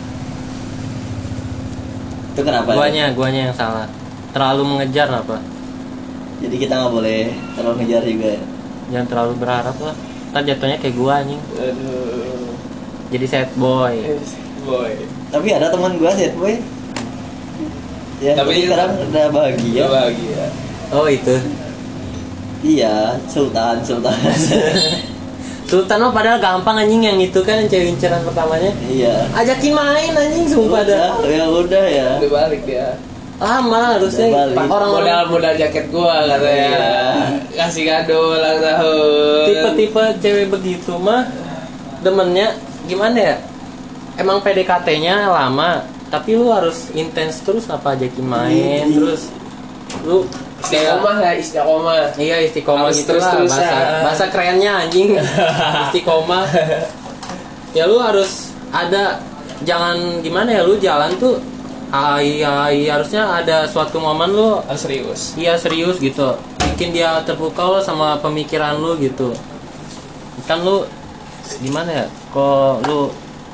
Itu kenapa? guanya, guanya yang salah. Terlalu mengejar apa? Jadi kita nggak boleh terlalu ngejar juga ya. Jangan terlalu berharap lah. Ntar jatuhnya kayak gua anjing. Aduh. Jadi sad boy. Boy. Tapi ada teman gua sih boy. Ya, Tapi tapi sekarang udah bahagia. Iya bahagia. Oh itu. Iya, Sultan, Sultan. Sultan mah padahal gampang anjing yang itu kan yang cewek inceran pertamanya. Iya. Ajakin main anjing sumpah dah. Udah, ya udah ya. Udah balik dia. Lama harusnya Udah balik. orang-orang Modal-modal jaket gua katanya. Kasih kado ulang tahun. tipe-tipe cewek begitu mah demennya gimana ya? Emang P D K T-nya lama, tapi lu harus intens terus apa ajakin main, Iya. terus lu Istiqomah ya, istiqomah. iya istiqomah Harus gitu lah terus-terusan. bahasa bahasa kerennya anjing. Istiqomah ya lu harus ada, jangan gimana ya, lu jalan tuh ai ai harusnya ada suatu momen lu Harus serius. iya serius gitu, bikin dia terpukau lo sama pemikiran lu gitu. Kan lu gimana ya, kok lu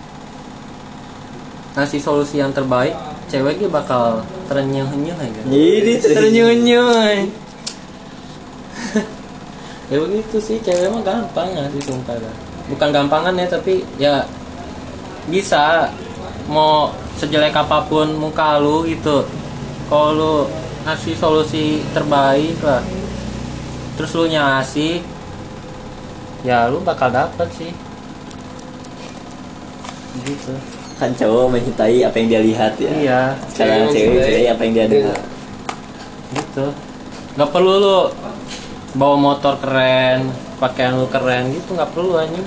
ngasih solusi yang terbaik, ceweknya bakal terenyuh-enyuh aja. Jadi Terenyuh-enyuh. Ya begitu sih, cewek mah gampang ngasih sumpah dah. Bukan gampangan ya, tapi ya bisa. Mau sejelek apapun muka lu gitu, kalau lu ngasih solusi terbaik lah, terus lu nya ngasih, ya lu bakal dapet sih gitu. kan cowok mencintai apa yang dia lihat ya. Iya Sekarang Cewek cewek mencintai- mencintai apa yang dia dengar. gitu, nggak perlu lu bawa motor keren, pakaian lu keren gitu, nggak perlu anjing.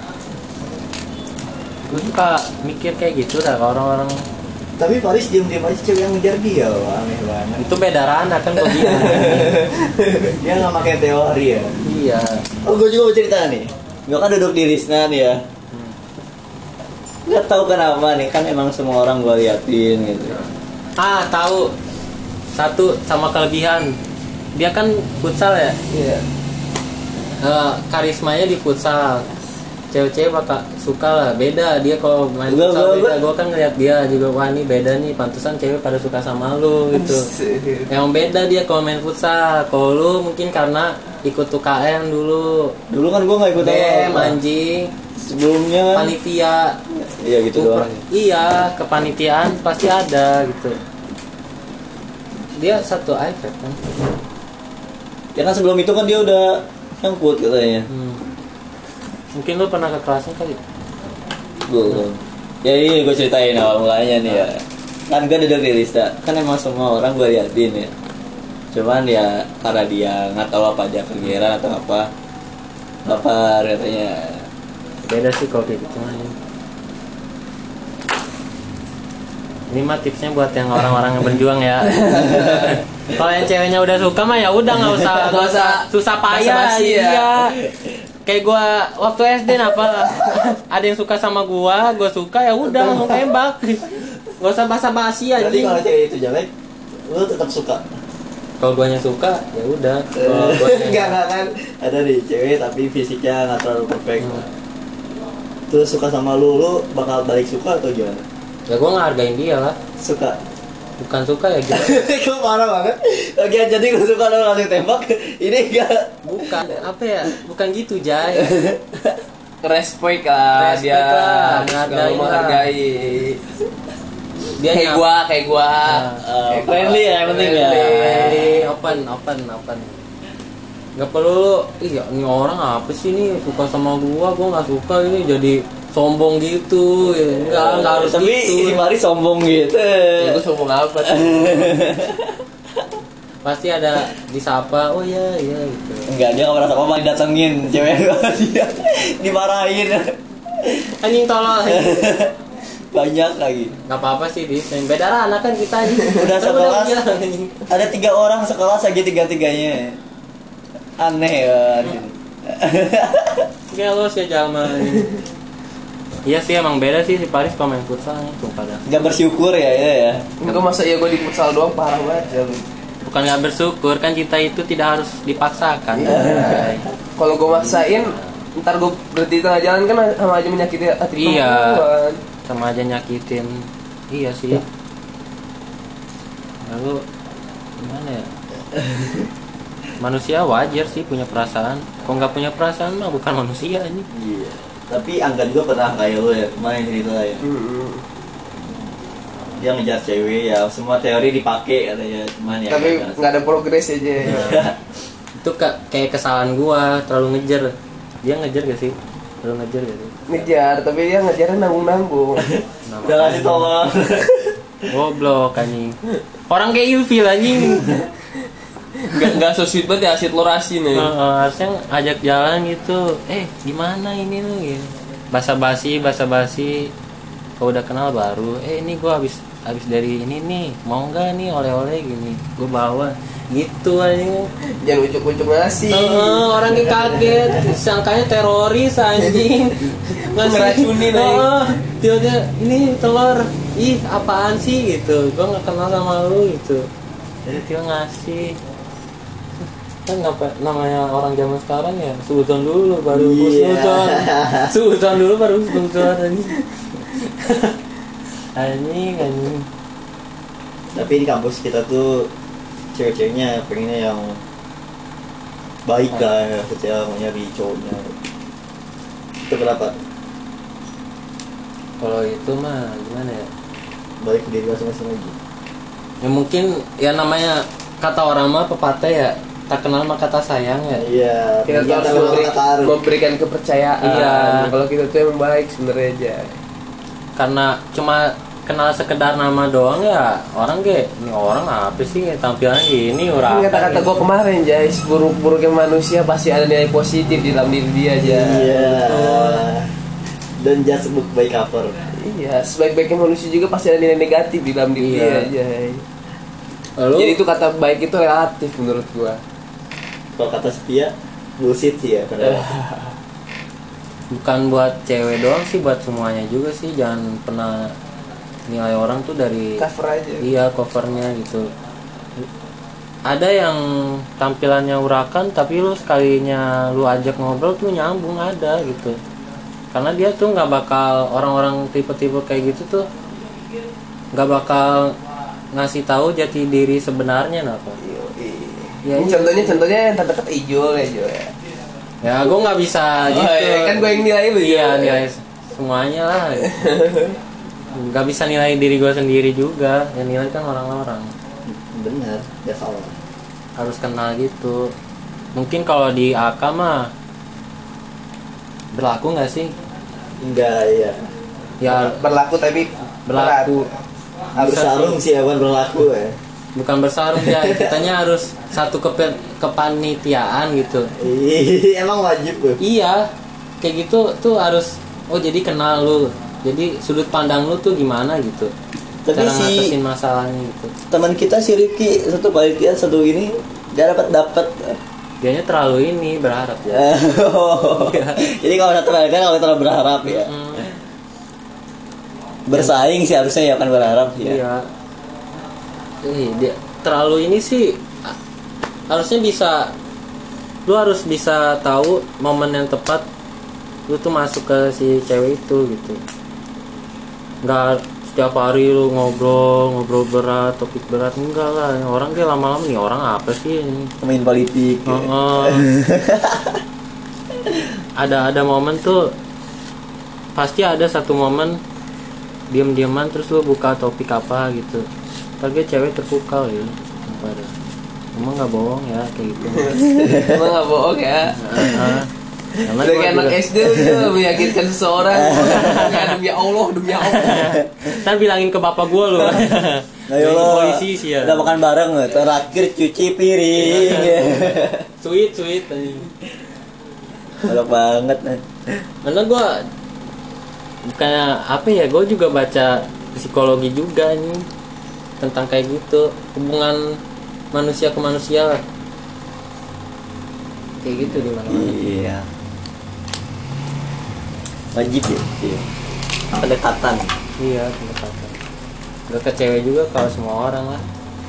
Gue suka mikir kayak gitu dah ke orang-orang. Tapi Paris diem-diem aja cewek yang ngejar dia, wah, aneh banget. Itu beda ranah kan gue bilang. Dia nggak pakai teori ya. Iya. Oh, gue juga mau cerita nih. Gue kan duduk di Risna nih ya. Gak tahu kenapa nih, kan emang semua orang gue liatin gitu. Ah tahu, satu sama kelebihan, dia kan futsal ya. Iya. Eh, karismanya di futsal. cewek-cewek bakal suka lah. Beda dia kalau main Gua- futsal gua- beda. gua- Gue kan ngeliat dia juga, wah ini beda nih, pantesan cewek pada suka sama lu gitu. Yang beda dia kalau main futsal. Kalau lu mungkin karena ikut U K M dulu. Dulu kan gue nggak ikut B M apa-apa. anjing. Sebelumnya kan. Panitia. Iya gitu doang. Iya, kepanitiaan pasti ada gitu. Dia satu iPad kan. Ya kan sebelum itu kan dia udah nyangkut katanya. Hmm. Mungkin lu pernah ke kelasnya kali. Belum. Ya ini gue ceritain awal mulanya nih ya. Kan gue duduk di lista. Kan emang semua orang gue liatin ya. Cuman ya karena dia nggak tahu apa aja kegiatan atau apa. Baper katanya. Beda sih kalau kayak gitu mah. Ini mah tipsnya buat yang orang-orang yang berjuang ya. Kalau yang ceweknya udah suka mah ya udah nggak usah nggak usah susah payah basa-basi ya. iya. Kayak gua waktu S D apa ada yang suka sama gua, gua suka ya udah langsung tembak. Gak usah basa-basi aja. Jadi kalau cewek itu jelek, lu tetap suka. Kalau guanya suka ya udah. Kalau guanya Enggak enggak kan. Ada nih cewek tapi fisiknya nggak terlalu perfect. Hmm. Terus suka sama lu, lu bakal balik suka atau gimana? ya gua ngehargain dia lah. Suka. Bukan suka ya gitu. Kok parah banget. Oke, jadi lu suka lu langsung tembak. Ini enggak. Bukan apa ya? Bukan gitu, Jay. Respect lah Respect dia. lah, menghargai Kalau lah. menghargai. Dia Kayak nyap- gua, kayak gua. Uh, Kayak friendly ya yang penting ya. Friendly, open, open, open. Gak perlu, ih ya, ini orang apa sih nih suka sama gua, gua nggak suka ini jadi sombong gitu, ya. Enggak, enggak harus Tapi gitu. si Mari sombong gitu. Ya, gua sombong apa tuh? Pasti ada disapa, oh iya, iya gitu. Enggak, dia nggak merasa apa-apa didatengin cewek dia dimarahin. Anjing tolol. Banyak lagi. Gak apa-apa sih, Dis. Yang beda ranah kan kita aja. Udah Kan sekelas. bilang, anjing. Ada tiga orang sekelas aja tiga-tiganya. Aneh kan. Gelos ya Jalma. Iya sih emang beda sih si Paris kalau main futsal nih, sumpah dah. Gak bersyukur ya ya ya. Enggak masa ya gua di futsal doang parah banget ya lu. Bukan nggak bersyukur kan, cinta itu tidak harus dipaksakan. Iya. Kalau gua maksain ntar gua berhenti di tengah jalan kan sama aja menyakiti hati Iya. perempuan. Sama aja nyakitin. Iya sih. Lalu gimana ya? Manusia wajar sih punya perasaan. Kalau nggak punya perasaan mah bukan manusia ini. Iya. Tapi Angga juga pernah kayak lu ya, kemarin cerita ya. Mm-mm. Dia ngejar cewek ya, semua teori dipakai katanya, cuman ya. Tapi gagal. nggak ada progres aja. Itu ka- kayak kesalahan gua terlalu ngejar. Dia ngejar gak sih? Terlalu ngejar gak sih? Ngejar, tapi dia ngejarnya nanggung-nanggung. Nama Udah kasih tolong. goblok anjing. Orang kayak Ilfil anjing. Gak, gak so sweet banget ya, asid lorasi nih. Heeh, harusnya ajak jalan gitu. Eh, gimana ini lu gitu. Basa-basi, basa-basi. Kalau udah kenal baru, eh ini gua habis habis dari ini nih. Mau enggak nih oleh-oleh gini. Gua bawa gitu anjing. Jangan ucuk-ucuk ngasih. Heeh, orang yang kaget, sangkanya teroris anjing. Ngeracunin, anjing. Heeh, dia ini telur. Ih, apaan sih gitu. Gua enggak kenal sama lu gitu. Jadi dia ngasih. Kan ngapa namanya orang zaman sekarang ya, suzon dulu baru Iya. suzon. Suzon dulu baru suzon anjing. Anjing, anjing. Tapi di kampus kita tuh cewek-ceweknya pengennya yang baik lah, ya, kecil mau nyari cowoknya. Itu kenapa? Kalau itu mah gimana ya? Balik ke diri masing-masing lagi. Ya mungkin ya namanya kata orang mah pepatah ya, tak kenal maka kata sayang ya. Iya. Kita tuh iya, harus tahu memberi- kata Aru. memberikan kepercayaan. Iya. Kalau kita tuh emang baik sebenarnya aja. Karena cuma kenal sekedar nama doang ya, orang kayak ini orang apa sih tampilannya gini Ini orang. kata-kata gue kemarin, guys, buruk-buruknya manusia pasti ada nilai positif di dalam diri dia aja. Iya. Dan just book by cover. Iya, sebaik-baiknya manusia juga pasti ada nilai negatif di dalam diri Iya. dia aja. Lalu Jadi itu kata baik itu relatif menurut gua. Kalau kata setia, bullshit sih ya. Karena bukan buat cewek doang sih, buat semuanya juga sih. Jangan pernah nilai orang tuh dari Cover aja. iya covernya gitu. Ada yang tampilannya urakan tapi lu sekalinya lu ajak ngobrol tuh nyambung, ada gitu. Karena dia tuh nggak bakal, orang-orang tipe-tipe kayak gitu tuh nggak bakal ngasih tahu jati diri sebenarnya apa. Ya, ini contohnya contohnya yang terdekat Ijul ya Jo ya. Ya gue nggak bisa Oh, gitu. iya, kan gue yang nilai lu. Iya, Jo. nilai semuanya lah. Nggak bisa nilai diri gue sendiri juga. Yang nilai kan orang-orang. Bener, ya salah. Harus kenal gitu. Mungkin kalau di A K mah berlaku nggak sih? Enggak, ya. Ya Berlaku tapi berlaku. Harus Bisa sarung sih ya, bukan berlaku ya. Bukan bersarung ya, kitanya harus satu kepe- kepanitiaan gitu. Ih, emang wajib loh. Iya, kayak gitu tuh harus. Oh jadi kenal lu. Jadi sudut pandang lu tuh gimana gitu. Tapi Cara si- ngatasin masalahnya gitu. Teman kita si Rifki satu panitia satu ini gak dapat dapat. Dianya terlalu ini berharap ya. Jadi kalau satu panitia kalau terlalu berharap ya. Hmm, Bersaing sih harusnya ya, kan berharap ya. iya. Eh, dia terlalu ini sih a- harusnya bisa, lu harus bisa tahu momen yang tepat lu tuh masuk ke si cewek itu gitu. Nggak setiap hari lu ngobrol ngobrol berat, topik berat, enggak lah. Orang kayak lama-lama nih orang apa sih ini. Main politik. Oh, oh. ada ada momen tuh pasti ada satu momen diam-diaman terus lu buka topik apa gitu. Target cewek terpukau ya. Pada. Emang nggak bohong ya kayak gitu. Emang gak bohong ya. Nah, karena Udah gua kayak anak juga- S D lu juga meyakinkan seseorang. Ya, demi Allah, demi Allah. Ntar bilangin ke bapak gue lu. Ayo Ke lo. polisi sih ya. Udah makan bareng loh. Terakhir cuci piring. Sweet sweet. Balok banget. Karena gue bukannya apa ya, gue juga baca psikologi juga nih tentang kayak gitu, hubungan manusia ke manusia lah. Kayak gitu di mana-mana. Iya. Wajib ya. Iya. Pendekatan. Iya, pendekatan. Gak ke cewek juga, kalau semua orang lah.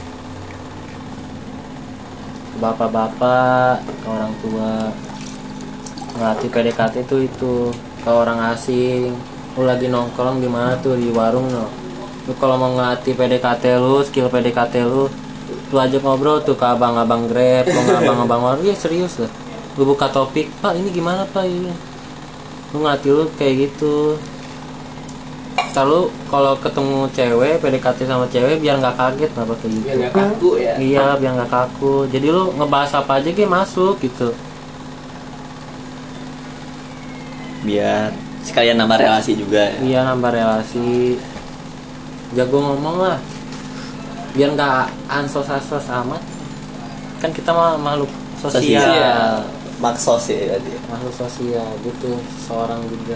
Ke bapak-bapak, ke orang tua. Ngelatih P D K T itu itu ke orang asing. Lu lagi nongkrong di mana tuh, di warung no. Lu kalau mau ngelatih P D K T lu, skill P D K T lu, lu ajak ngobrol tuh ke abang-abang Grab, ke abang-abang warung. Ya serius lah. Lu buka topik, Pak ini gimana Pak ini? Lu ngelatih lu kayak gitu. Lalu kalau ketemu cewek, P D K T sama cewek biar nggak kaget apa kayak gitu. Biar gak kaku ya. Iya, biar nggak kaku. Jadi lu ngebahas apa aja kayak masuk gitu. Biar sekalian nambah relasi juga ya. Iya, nambah relasi. Jago ngomong lah. Biar nggak ansos-ansos amat. Kan kita mah makhluk sosial. Sosial. Maksos ya tadi. Makhluk sosial gitu, seorang juga.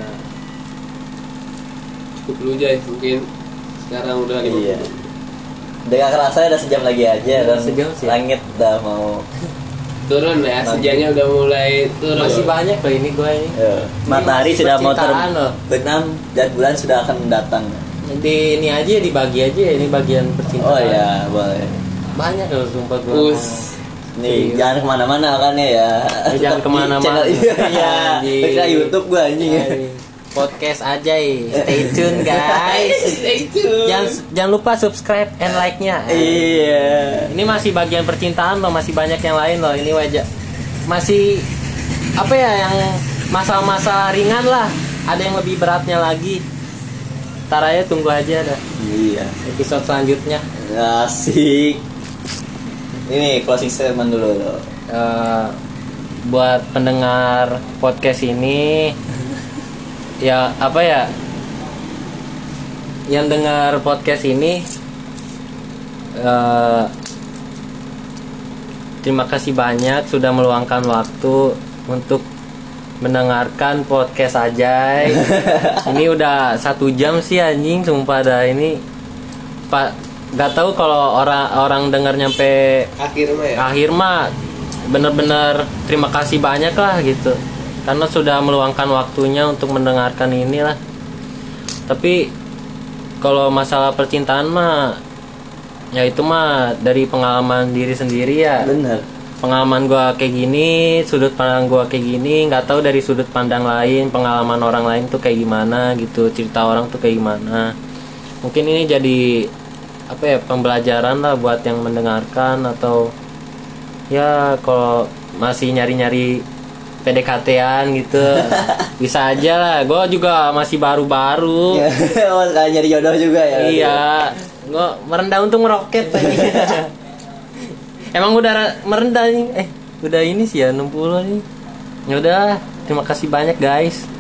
Cukup dulu Jay, mungkin sekarang udah lima Iya. puluh. Udah gak kerasa udah sejam lagi aja dan Sejam sih. langit udah mau Turun ya, sejanya udah mulai turun. Masih banyak loh ini gue ini. ya, matahari masih sudah mau percintaan loh. terbenam dan bulan sudah akan datang. Di ini aja dibagi aja ya, ini bagian percintaan. Oh ya, boleh. Banyak loh sumpah gue. Us. Nih, Serius. jangan kemana-mana kan ya. Ya, jangan Tetap di kemana-mana. channel ini. Iya, Anjing. kira YouTube gua anjing ya. Podcast aja ya. Stay tune guys. Stay tune. Jangan jangan lupa subscribe and like-nya. Iya. Ini masih bagian percintaan loh, masih banyak yang lain loh. Ini wajah masih apa ya, yang masalah-masalah ringan lah. Ada yang lebih beratnya lagi. Ntar aja tunggu aja dah Iya. episode selanjutnya. Asik. Ini closing statement dulu loh. Eh, buat pendengar podcast ini, ya apa ya, yang dengar podcast ini, eh, terima kasih banyak sudah meluangkan waktu untuk mendengarkan podcast Ajay. Ini udah satu jam sih anjing, sumpah dah ini. Pak, nggak tahu kalau orang orang dengar nyampe Akhir mah ya. akhir mah bener-bener terima kasih banyak lah gitu, karena sudah meluangkan waktunya untuk mendengarkan inilah. Tapi kalau masalah percintaan mah ya itu mah dari pengalaman diri sendiri ya. Bener. pengalaman gue kayak gini, sudut pandang gue kayak gini, nggak tahu dari sudut pandang lain, pengalaman orang lain tuh kayak gimana gitu, cerita orang tuh kayak gimana. Mungkin ini jadi apa ya, pembelajaran lah buat yang mendengarkan, atau ya kalau masih nyari-nyari P D K T-an gitu bisa aja lah. Gue juga masih baru-baru. Oh, kayak nyari jodoh juga ya. Iya, gue merendah untuk meroket tadi. Emang udah ra- merendah nih, eh udah ini sih ya enam puluh nih. Ya udah, terima kasih banyak guys.